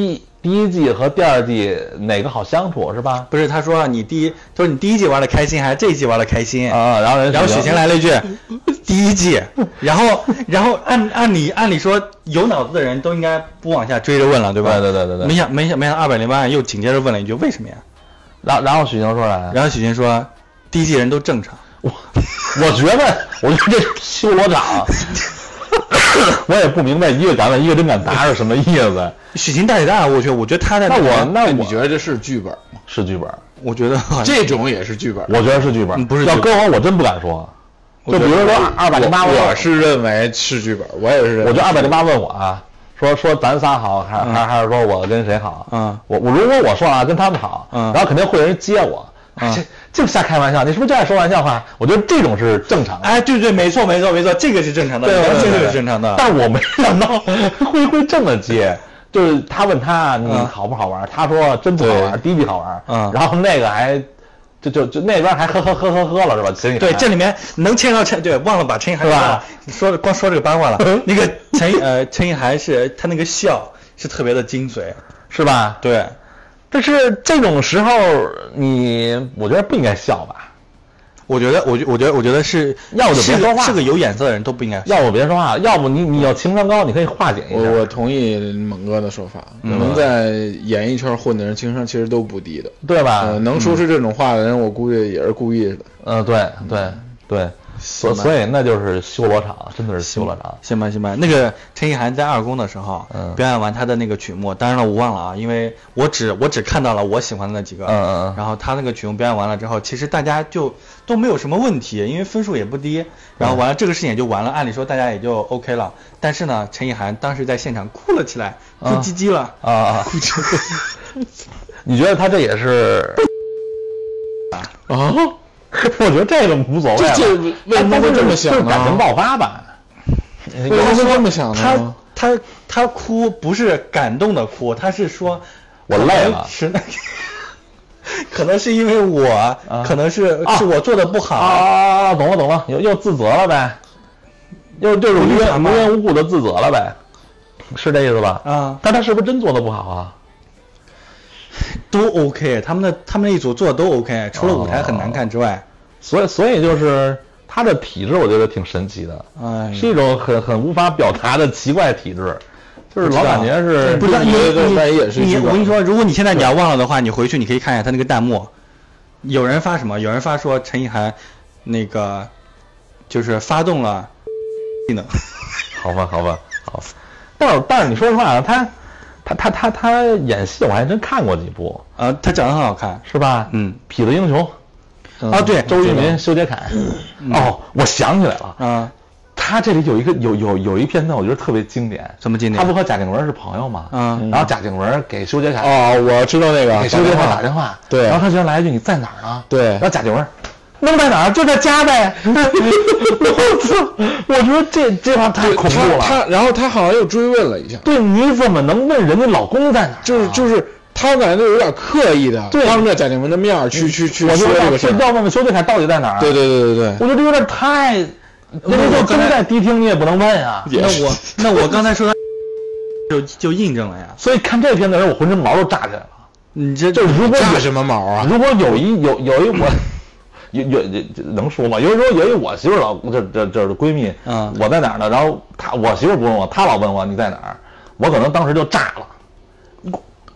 第一季和第二季哪个好相处是吧？ 不是，他说你第一，他说你第一季玩的开心还是这一季玩的开心啊？然后人然后许晴来了一句第一季，然后然后按按理按理说有脑子的人都应该不往下追着问了，对吧？ 对对对对对。 没想没想没想二百零八万又紧接着问了一句为什么呀？ 然后然后许晴说啥？ 然后许晴说第一季人都正常。 我我觉得我觉得这修罗场。我也不明白一个敢问一个真敢答是什么意思。 许晴大姐大，我觉得我觉得他在那我那我你觉得这是剧本吗？ 是剧本， 我觉得这种也是剧本。 我觉得是剧本， 不是要跟我我真不敢说。就比如说二百零八， 我是认为是剧本，我也是认为。 我觉得二百零八问我啊，说说咱仨好，还还还是说我跟谁好？ 嗯， 我我如果我说啊跟他们好， 嗯， 然后肯定会有人接我。 嗯， 这就瞎开玩笑，你是不是就爱说玩笑话？我觉得这种是正常的。 哎，对对，没错没错没错，这个是正常的， 对对对， 这个是正常的。 但我没想到会会这么接，就是他问他你好不好玩，他说真不好玩，第一季好玩， 嗯， 然后那个还就就就那边还呵呵呵呵呵了是吧？ 对，这里面能牵到陈，对，忘了把陈意涵是吧？ 说光说这个八卦了，那个陈呃陈意涵是他那个笑是特别的精髓， 是吧？ 对。 但是这种时候，你我觉得不应该笑吧？ 我觉得，我觉，我觉得，我觉得是， 要不就别说话。 是个有眼色的人都不应该。 要不别说话，要不你你要情商高，你可以化解一下。 我我同意猛哥的说法， 嗯、 能在演艺圈混的人情商其实都不低的， 对吧？ 呃、能说出这种话的人，我估计也是故意的。 嗯，对对对。所所以那就是修罗场，真的是修罗场。 行吧行吧，那个陈意涵在二宫的时候， 嗯， 表演完他的那个曲目，当然了我忘了啊，因为我只我只看到了我喜欢的那几个， 嗯嗯。 然后他那个曲目表演完了之后，其实大家就都没有什么问题，因为分数也不低，然后完了这个事情也就完了，按理说大家也就 OK 了。但是呢，陈意涵当时在现场哭了起来，哭唧唧了啊啊！哭唧唧。你觉得他这也是啊？ 我觉得这个无所谓了， 这为什么会这么想呢？ 感情爆发吧？ 为什么会这么想呢？他他他哭不是感动的哭，他是说我累了， 是可能是因为我， 啊、 可能是、啊、是我做的不好啊，懂了懂了，又又自责了呗，又就是无缘无缘无故的自责了呗，是这意思吧？ 啊， 但他是不是真做的不好啊？ 都 OK， 他们的他们那一组做的都 OK， 除了舞台很难看之外， 哦、所以所以就是他的体质，我觉得挺神奇的， 哎， 是一种很很无法表达的奇怪体质，就是老感觉是不知道， 你也是你我跟你说，如果你现在你要忘了的话，你回去你可以看一下他那个弹幕，有人发什么？有人发说陈意涵那个就是发动了技能， 好吧好吧好，但是但是你说实话，他。他他他他演戏我还真看过几部啊，他长得很好看， 是吧？ 嗯， 痞子英雄， 啊对， 周渝民、修杰楷。哦，我想起来了， 啊， 他这里有一个有有有一片段，我觉得特别经典。 什么经典？ 他不和贾静雯是朋友吗？ 嗯， 然后贾静雯给修杰楷， 哦，我知道那个， 给修杰楷打电话， 对， 然后他居然来一句你在哪儿呢？ 对， 然后贾静雯。能在哪儿？就在家呗。我操！我觉得这这话太恐怖了。 他，然后他好像又追问了一下。 对，你怎么能问人家老公在哪儿、啊？ 就是就是，他感觉有点刻意的，当着贾静雯的面去去去说这个事。 要问问修杰楷到底在哪儿、啊？ 对对对对对。 我觉得这有点太，人家就真在迪厅，你也不能问啊。 那我那我刚才说他就就印证了呀。 所以看这片的时候，我浑身毛都炸起来了。 你这就如果炸什么毛啊？ 如果有一有有一我。有有能说吗？有时候有一我媳妇老这这这是闺蜜， 嗯， 我在哪儿呢？然后她我媳妇不问我，她老问我你在哪儿，我可能当时就炸了。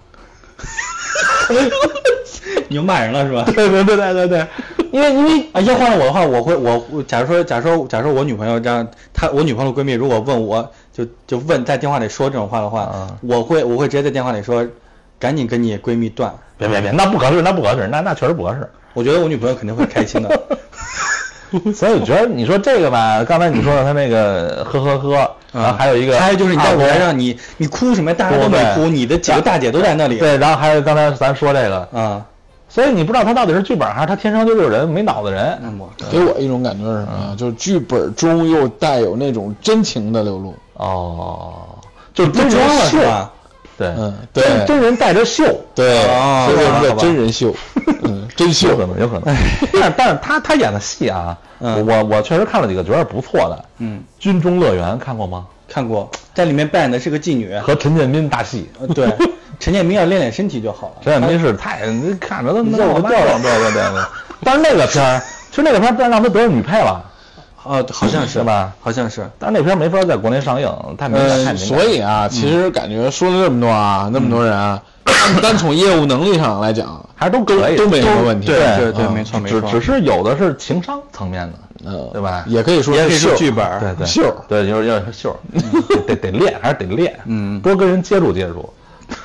你又骂人了是吧？ 对对对对对对，因为因为啊，要换了我的话，我会我假如说假如说假如说我女朋友这样，她我女朋友的闺蜜如果问我就就问在电话里说这种话的话， 嗯、 我会我会直接在电话里说，赶紧跟你闺蜜断。 别别别，那不合适，那不合适，那那确实不合适。 我觉得我女朋友肯定会开心的， 所以我觉得你说这个吧，刚才你说的他那个呵呵呵，然后还有一个， 还有就是你在舞台上你你哭什么，大家都没哭，你的几个大姐都在那里。 对，然后还有刚才咱说这个啊， 所以你不知道他到底是剧本还是他天生就是人没脑子人。 嗯， 给我一种感觉是什么呀？就是剧本中又带有那种真情的流露。 哦，就真装了是吧？ 对， 嗯，对， 真真人带着秀， 对，所以为什么叫真人秀？嗯，真秀有可能，有可能。但是但是他他演的戏啊， 嗯、 我我确实看了几个，觉得不错的。 嗯， 《军中乐园》看过吗？ 看过，在里面扮演的是个妓女， 和陈建斌大戏。 对， 陈建斌要练练身体就好了。 陈建斌是太看着都肉都掉了，对对对对。但是那个片儿，其实那个片儿让他得了女配了。 哦，好像是吧？ 好像是， 但是那片没法在国内上映，太敏感，太敏感。 所以啊，其实感觉说了这么多啊，那么多人啊，单从业务能力上来讲， 还是都可以， 都没什么问题。 对对对，没错没错。 只只是有的是情商层面的，嗯，对吧？ 也可以说， 也可以说剧本， 对对， 秀， 对，就是要是秀，得得练，还是得练，嗯，多跟人接触接触。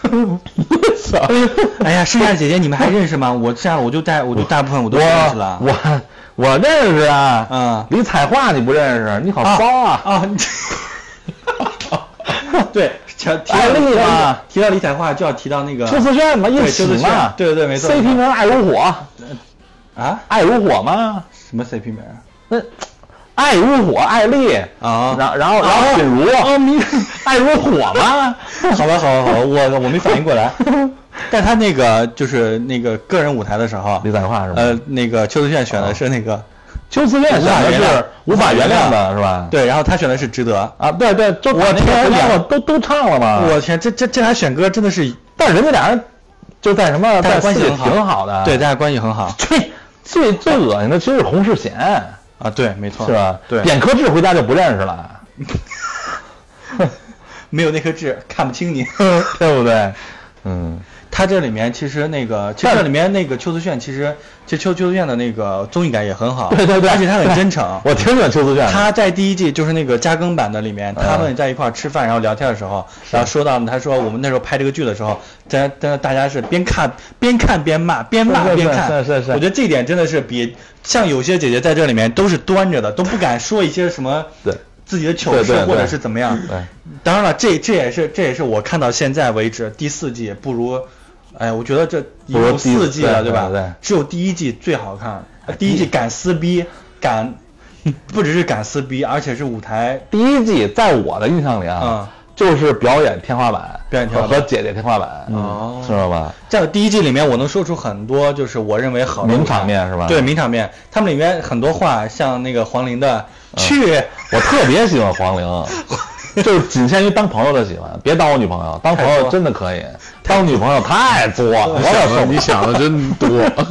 哎呀，剩下姐姐你们还认识吗？我这样我就大我就大部分我都认识了。 我我认识啊， 嗯， 李彩桦你不认识？你好骚啊！ 啊，对，提艾丽嘛， 提到李彩桦就要提到那个邱思炫嘛，一起嘛， 对对对，没错。 C P 名爱如火啊， 爱如火吗？ 什么 C P 名？ 那。爱如火，艾丽啊， 然后然后然后品如， 哦，你爱如火吗？ 好吧，好吧，好吧，我我没反应过来。但他那个就是那个个人舞台的时候， 李彩桦是吧？ 呃，那个邱思炫选的是那个， 邱思炫选的是无法原谅的是吧？ 对，然后他选的是值得啊，对对，就我天呀，都都唱了嘛。 我天，这这这俩选歌真的是， 但是人家俩人就在什么，在关系挺好的， 对，大家关系很好。 最最最恶心的其实是洪世贤。 啊，对，没错， 是吧？ 对， 扁科志回家就不认识了， 没有那颗痣，看不清你， 对不对？嗯， 他这里面其实那个，其实这里面那个邱思炫，其实这邱邱思炫的那个综艺感也很好， 对对对， 而且他很真诚。 我挺喜欢邱思炫。 他在第一季就是那个加更版的里面，他们在一块吃饭然后聊天的时候，然后说到他说我们那时候拍这个剧的时候，在在大家是边看边看边骂，边骂边看， 是是是。 我觉得这一点真的是比像有些姐姐在这里面都是端着的，都不敢说一些什么对自己的糗事或者是怎么样。 对， 当然了，这这也是这也是我看到现在为止第四季不如。哎，我觉得这有四季了， 对吧？ 对， 只有第一季最好看。第一季敢撕逼，敢不只是敢撕逼，而且是舞台。 第一季在我的印象里啊， 嗯， 就是表演天花板， 表演天花板和姐姐天花板， 哦， 知道吧？ 在第一季里面，我能说出很多就是我认为好的名场面是吧？ 对，名场面。他们里面很多话，像那个黄龄的去， 我特别喜欢黄龄。就是仅限于当朋友的喜欢，别当我女朋友，当朋友真的可以，当女朋友太作了。 我想的你想的真多，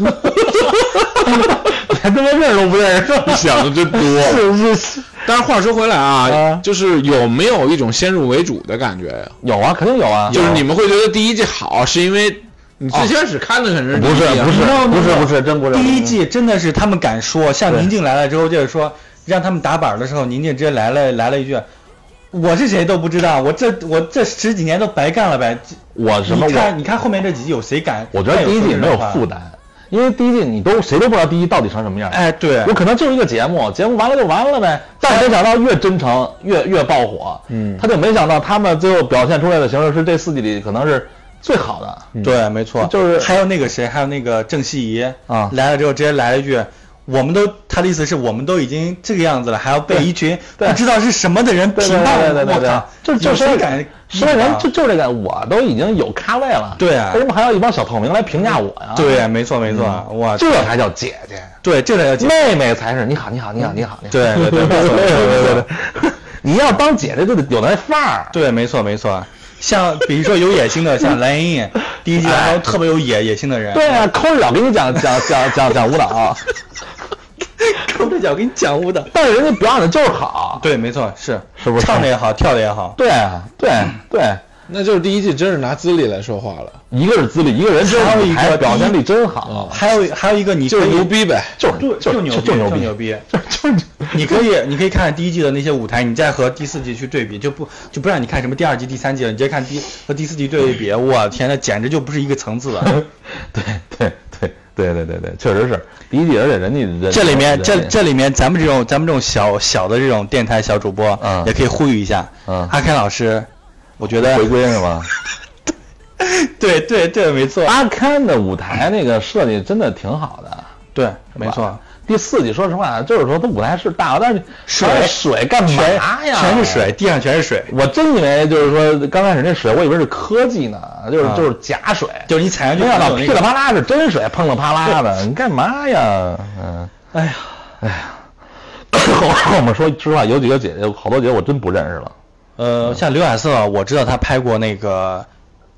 连他妈认识都不认识， 你想的真多。 是是是。 但是话说回来啊，啊就是有没有一种先入为主的感觉呀？ 有啊，肯定有啊。 就是你们会觉得第一季好，是因为你最开始看的可能是不是不是不是不是真不是。 第一季真的是他们敢说，像宁静来了之后，就是说让他们打板的时候，宁静直接来了来了一句。我是谁都不知道，我这我这十几年都白干了呗。 我什么？ 你看，你看后面这几集有谁敢？ 我觉得第一季没有负担，因为第一季你都谁都不知道第一到底成什么样。 哎，对， 有可能就是一个节目，节目完了就完了呗。但没想到越真诚越越爆火，嗯，他就没想到他们最后表现出来的形式是这四季里可能是最好的。 嗯、对，没错， 就是还有那个谁，还有那个郑希怡啊， 来了之后直接来了一句。我们都，他的意思是我们都已经这个样子了，还要被一群不知道是什么的人评判， 我靠，就就谁敢？ 什么人就就这个，我都已经有咖位了， 对啊， 为什么还要一帮小透明来评价我呀？ 对呀，没错没错，哇， 这才叫姐姐， 对，这才叫姐姐， 妹妹才是你好你好你好你好， 对对对对对对， 你要当姐姐就得有那范儿， 对，没错没错。像比如说有野心的，像蓝盈莹，第一季当中特别有野野心的人。 对啊，抠着脚给你讲讲讲讲讲舞蹈， 抠着脚给你讲舞蹈， 但是人家表演的就是好。 对，没错，是是不是唱的也好，跳的也好。 对对对， 那就是第一季真是拿资历来说话了。 一个是资历，一个人真还有一个表现力真好， 还有还有一个你就是牛逼呗， 就是就牛逼就牛逼牛逼， 就就你可以你可以看第一季的那些舞台，你再和第四季去对比，就不就不让你看什么第二季、第三季了，你直接看第和第四季对比，我天，那简直就不是一个层次了。 对对对对对对对，确实是第一季，而且人家人这里面这这里面咱们这种咱们这种小小的这种电台小主播， 嗯， 也可以呼吁一下， 嗯， 阿开老师，我觉得回归是吗？ 对对对，没错。 阿堪的舞台那个设计真的挺好的， 对，没错。 第四季说实话，就是说它舞台是大，但是水水干嘛呀？ 全是水，地上全是水。 我真以为就是说刚开始那水，我以为是科技呢，就是就是假水， 就是你踩上去没想到噼里啪啦是真水，砰了啪啦的，你干嘛呀？嗯， 哎呀， 哎呀，后面说实话，有几个姐姐，好多姐姐我真不认识了。 呃，像刘亚瑟，我知道她拍过那个。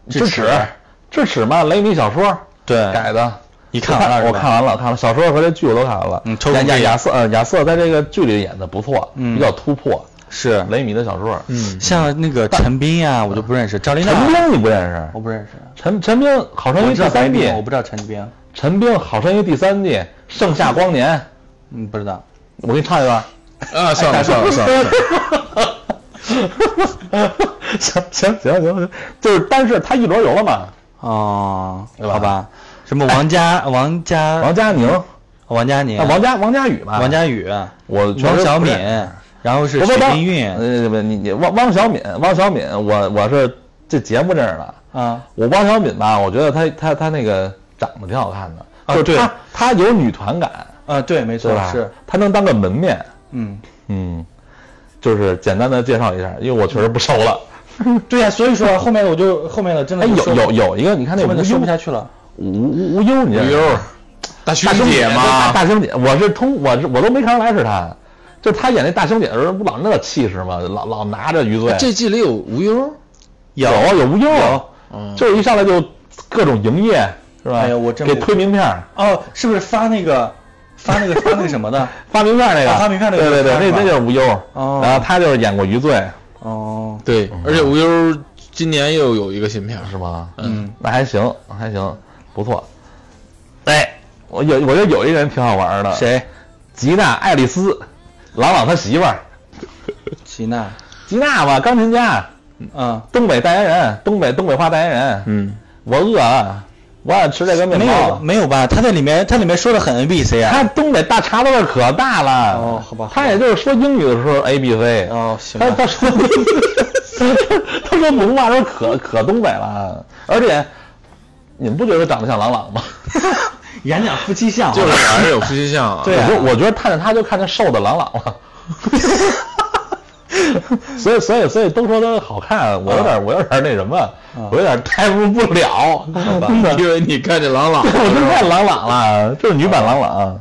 智齿，智齿嘛，雷米小说对改的。 你看完了？ 我看完了，看了小说和这剧我都看完了。 嗯， 亚亚亚瑟呃亚瑟在这个剧里演的不错，嗯，比较突破。 是雷米的小说， 嗯，像那个陈斌呀，我就不认识。赵丽娜， 陈斌你不认识？ 我不认识。 陈陈斌好声音第三季， 我不知道陈斌。 陈斌好声音第三季，盛夏光年， 嗯，不知道。 我给你唱一段。 啊，算了算了算了。 行行行行，就是但是他一轮游了嘛。 哦， 对吧？ 好吧。什么王佳王佳王佳宁， 王佳宁， 王佳王佳宇吧？ 王佳宇， 我王小敏，然后是水冰韵， 呃不你你汪汪小敏，汪小敏，我我是这节目认识的啊。 我汪小敏吧，我觉得她她她那个长得挺好看的， 啊， 就是她她有女团感啊，对，没错，是她能当个门面， 嗯嗯，就是简单的介绍一下，因为我确实不熟了。 对呀，所以说后面我就后面的真的哎有有有一个，你看那个说不下去了。 吴吴吴优，你吴优，大兄姐嘛，大兄姐，我是通我是我都没看出来是她，就她演那大兄姐的时候，不老那气势吗？老老拿着余罪。 这季里有吴优， 有有吴优， 嗯， 就是一上来就各种营业是吧？ 哎呀，我真给推名片哦，是不是发那个发那个发那个什么的发名片那个？ 发名片那个， 对对对，那那就是吴优。 哦， 然后他就是演过余罪。 哦， 对，而且吴优今年又有一个新片是吗？ 嗯， 那还行还行。不错，哎，我有我觉得有一个人挺好玩的， 谁？ 吉娜·爱丽丝，郎朗他媳妇儿。 吉娜， 吉娜吧，钢琴家， 嗯， 东北代言人，东北东北话代言人。 嗯， 我饿了，我想吃这个面包。 没有没有吧？他在里面他里面说的很 A B C 啊。 他东北大碴子味儿可大了。 哦，好吧。 他也就是说英语的时候 A B C。 哦，行。 他他说他说普通话时候可可东北了，而且。你们不觉得长得像郎朗吗？ 演讲夫妻相， 就是还是有夫妻相啊。 对啊， 我觉得看着他就看见瘦的郎朗了。所以所以所以都说他好看，我有点我有点那什么，我有点代入不了。 因为你看见郎朗， 我真看郎朗了，这是女版郎朗。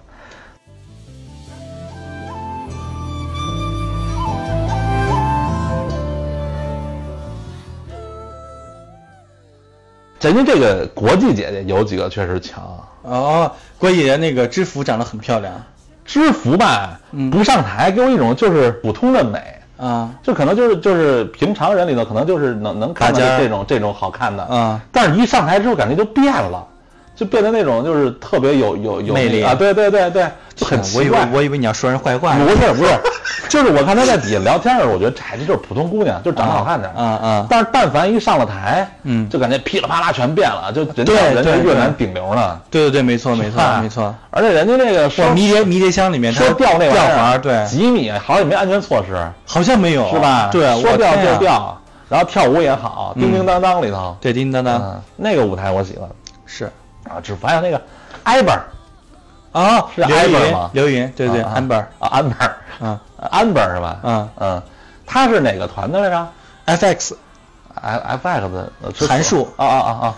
人家这个国际姐姐有几个确实强哦，国际姐姐那个知府长得很漂亮， 知府吧，嗯、不上台给我一种就是普通的美啊， 就可能就是就是平常人里头可能就是能能看到这种这种好看的啊， 但是一上台之后感觉就变了，就变得那种就是特别有有有魅力啊，对对对对，就很奇怪。 我以为我以为你要说人坏话， 不是不是，就是我看她在底下聊天的时候，我觉得这这就是普通姑娘，就长得好看点， 啊啊。 但是但凡一上了台， 嗯， 就感觉噼里啪啦全变了，就人家人家越南顶流呢。 对对对，没错没错没错。 而且人家那个说迷迭迷迭香里面说掉那吊环，对， 几米，好像也没安全措施， 好像没有， 是吧？ 对， 说掉就掉，然后跳舞也好，叮叮当当里头， 对，叮叮当当， 那个舞台我喜欢。 是啊，只发现那个艾伯。 啊， 是安本吗？ 刘云，对对，安本啊，安本， 啊， 安本是吧？ 嗯嗯，他是哪个团的来着 ？F X，F F X 的函数啊啊啊啊，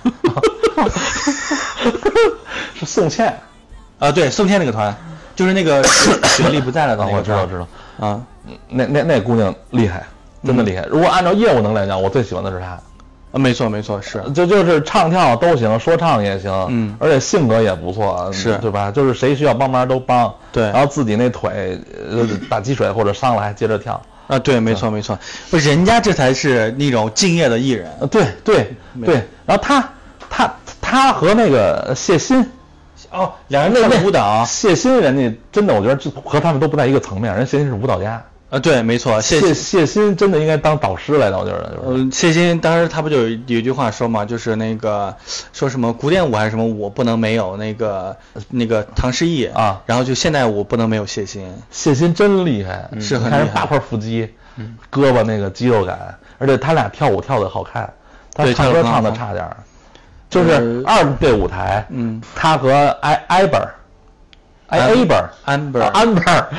是宋茜啊，对，宋茜那个团，就是那个雪莉不在了的那个， 我知道知道啊， 那那那姑娘厉害，真的厉害。如果按照业务能来讲，我最喜欢的是她。 啊，没错没错，是， 就就是唱跳都行，说唱也行， 嗯， 而且性格也不错， 是对吧？就是谁需要帮忙都帮， 对， 然后自己那腿呃打积水或者伤了还接着跳， 啊，对，没错没错，不，人家这才是那种敬业的艺人， 呃，对对对，然后他他他和那个谢欣， 哦，两人跳舞蹈， 谢欣人家真的我觉得和他们都不在一个层面，人谢欣是舞蹈家。 啊，对，没错， 谢谢欣真的应该当导师来的，我觉得。 嗯、呃，谢欣当时他不就有有一句话说嘛，就是那个说什么古典舞还是什么舞不能没有那个那个唐诗逸啊， 然后就现代舞不能没有谢欣。 谢欣真厉害， 嗯、是很厉害， 看人八块腹肌，嗯、胳膊那个肌肉感，而且他俩跳舞跳的好看，他唱歌唱的差点儿。就是二队舞台， 嗯， 他和艾艾本儿，艾艾本儿， 安本儿， 安本儿。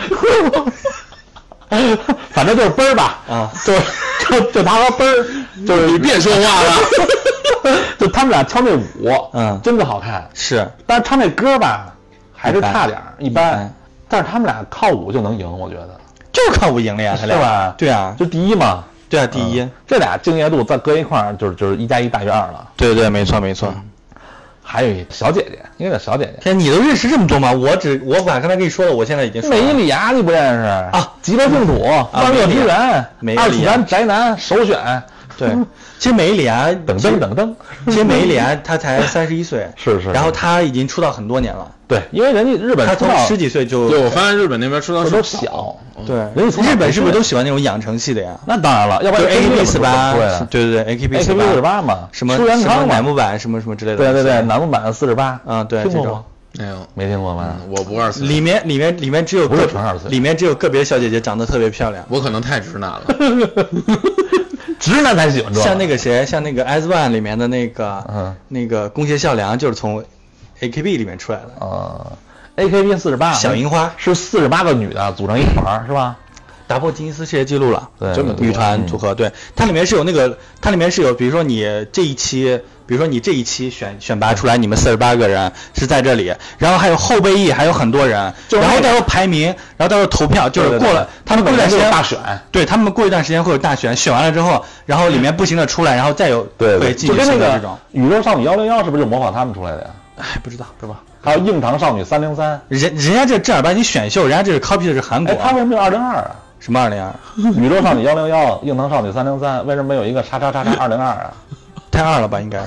反正就是奔儿吧， 啊， 就就就他和奔儿，就是你别说话了， 就他们俩跳那舞， 嗯， 真的好看， 是， 但是唱那歌吧，还是差点儿，一般，但是他们俩靠舞就能赢，我觉得， 就是靠舞赢了呀，他俩， 是吧？ 对啊， 就第一嘛， 对啊，第一， 嗯、这俩敬业度再搁一块儿，就是就是一加一大于二了。 对对，没错没错。 嗯、还有一小姐姐，应该叫小姐姐。 天，你都认识这么多吗？我只我把刚才跟你说了，我现在已经说了。 美伊里亚你不认识啊？ 极乐净土、万恶敌人、二次元宅男首选。 对，其实美伊里亚等噔等噔， 其实美伊里亚他才三十一岁， 是是， 然后他已经出道很多年了。 对，因为人家日本他从十几岁就， 对，我发现日本那边出道都小， 对，人家日本是不是都喜欢那种养成系的呀？ 那当然了，要不然 A K B 四八，对对对 ，A K B 四八嘛， 什么舒元康乃木坂什么什么之类的， 对对对，乃木坂四十八， 嗯，对， 听过吗？ 没有， 没听过吗？ 我不二次元， 里面里面里面只有不是全二次元， 里面只有个别小姐姐长得特别漂亮， 我可能太直男了。 直男才喜欢这， 像那个谁，像那个 S One 里面的那个， 嗯， 那个宫胁孝良就是从 A K B 里面出来的啊。A K B 四十八， 小樱花是四十八个女的组成一团，是吧？ 打破吉尼斯世界纪录了， 对， 这么女团组合，对，它里面是有那个，它里面是有，比如说你这一期，比如说你这一期选选拔出来，你们四十八个人是在这里，然后还有后备役，还有很多人，然后到时候排名，然后到时候投票，就是过了，他们过一段时间大选， 对他们过一段时间会有大选，选完了之后，然后里面不行的出来，然后再有对会进行新的这种。 宇宙少女幺零幺是不是就模仿他们出来的呀？ 哎，不知道是吧？ 还有硬糖少女三零三， 人人家这正儿八经选秀，人家这是 copy 的是韩国。 哎，他为什么有二零二啊？ 什么二零二？ 宇宙少女幺零幺，硬糖少女三零三，为什么没有一个叉叉叉叉二零二啊？ 太二了吧，应该。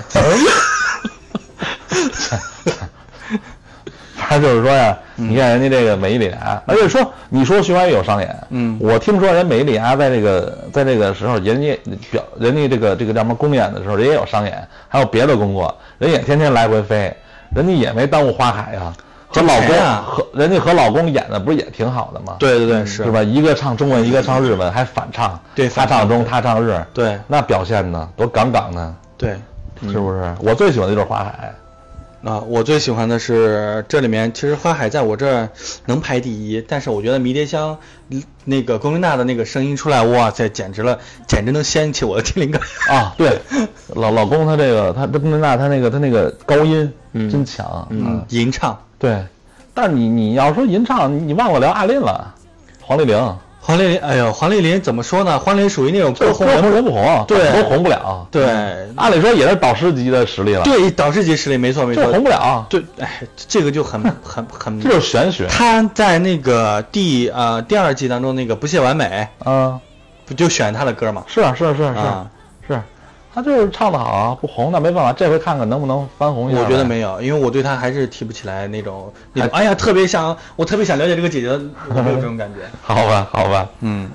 反正就是说呀，嗯、你看人家这个美伊里亚，而且说你说徐怀钰有商演， 嗯， 我听说人美伊里亚在这个在这个时候，人家表人家这个这个叫什么公演的时候，人也有商演，还有别的工作，人也天天来回飞，人家也没耽误花海呀。和老公啊， 和人家和老公演的不是也挺好的吗？ 对对对，是是吧？一个唱中文，一个唱日文，还反唱， 对， 他唱中，他唱日， 对， 那表现呢，多杠杠呢， 对， 是不是？我最喜欢的就是花海。 啊，我最喜欢的是这里面，其实花海在我这儿能排第一，但是我觉得迷迭香那个龚琳娜的那个声音出来，哇塞，简直了，简直能掀起我的天灵盖啊！对，老老公他这个他龚琳娜他那个他那个高音真强， 嗯，吟唱对，但是你你要说吟唱，你忘了聊阿令了，黄丽玲。 黄丽玲，哎呦，黄丽玲怎么说呢？黄丽玲属于那种歌红人人不红， 对， 都红不了。 对， 按理说也是导师级的实力了。 对，导师级实力，没错没错。 红不了。 对，哎，这个就很很很， 这就是玄学。 他在那个第呃第二季当中那个不懈完美， 嗯， 不就选他的歌吗？ 是啊是啊是啊是啊是。他就是唱的好啊，不红那没办法，这回看看能不能翻红一下。 我觉得没有，因为我对他还是提不起来那种那种，哎呀，特别想，我特别想了解这个姐姐，我没有这种感觉。 好吧，好吧， 嗯。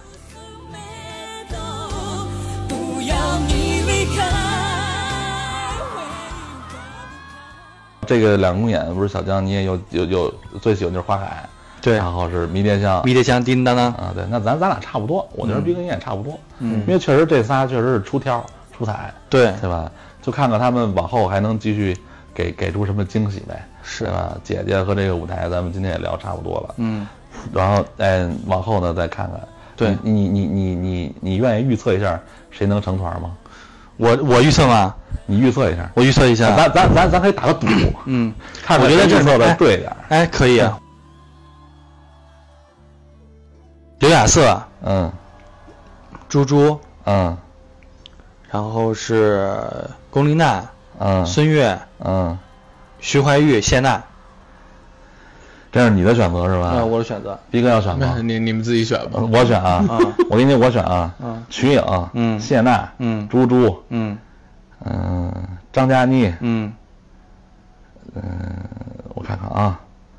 这个两公演不是小江，你也有有有最喜欢就是花海， 对， 然后是迷迭香， 迷迭香叮叮当当啊，对，那咱咱俩差不多，我觉得逼跟你也差不多， 嗯， 因为确实这仨确实是出挑出彩， 对， 对吧？就看看他们往后还能继续给给出什么惊喜呗， 是吧？姐姐和这个舞台，咱们今天也聊差不多了， 嗯， 然后哎，往后呢再看看， 对你你你你你你愿意预测一下谁能成团吗？ 我我预测吗？ 你预测一下， 我预测一下， 咱咱咱咱可以打个赌， 嗯， 看我觉得预测的对点， 哎，可以啊。刘亚瑟， 嗯， 猪猪， 嗯， 然后是龚琳娜， 嗯， 孙悦， 嗯， 徐怀钰、谢娜。 这是你的选择是吧？ 啊，我的选择。 逼哥要选吗？ 你你们自己选吧。 我选啊，我给你我选啊， 嗯， 瞿颖， 嗯， 谢娜， 嗯， 猪猪， 嗯， 嗯，张嘉倪， 嗯， 嗯，我看看啊，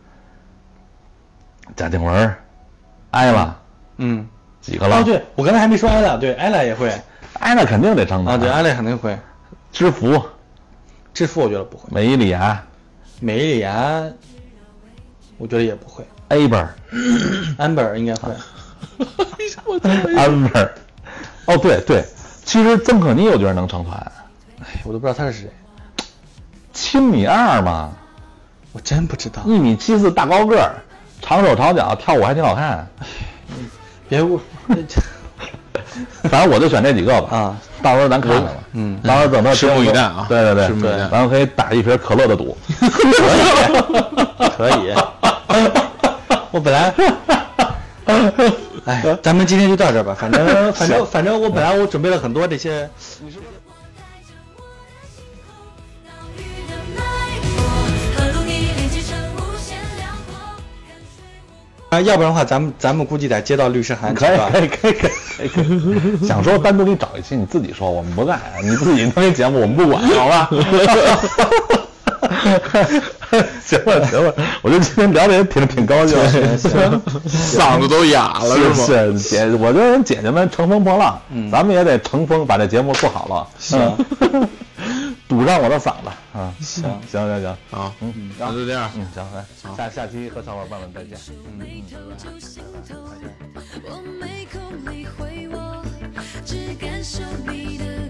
贾静雯，艾拉， 嗯， 几个了？ 哦，对，我刚才还没说艾拉，对，艾拉也会， 艾拉肯定得成团啊，对，艾拉肯定会。 知福， 知福我觉得不会。 美伊里亚， 美伊里亚。我觉得也不会 ，Amber，Amber 应该会 ，Amber， 哦对对，其实曾可妮我觉得能成团， 哎，我都不知道他是谁， 七米二嘛， 我真不知道， 一米七四大高个儿，长手长脚，跳舞还挺好看， 哎，别误， 反正我就选这几个吧， 啊， 到时候咱看看吧， 嗯， 到时候等到拭目以待啊， 对对对， 拭目以待， 咱们可以打一瓶可乐的赌， 可以，可以。我本来哎，咱们今天就到这儿吧。反正反正反正我本来我准备了很多这些。啊，要不然的话，咱们咱们估计得接到律师函， 可以可以可以可以可以。想说单独给你找一期，你自己说，我们不干，你自己弄一节目，我们不管，好吧？行了行了，我觉得今天聊的也挺挺高兴， 嗓子都哑了，是吗？ 是姐，我觉得人姐姐们乘风破浪，嗯，咱们也得乘风把这节目做好了， 行， 堵上我的嗓子啊！行行行行， 好， 嗯， 那就这样， 嗯，行，来，下下期和小伙伴们再见，嗯嗯， 我没空理会我，只感受你的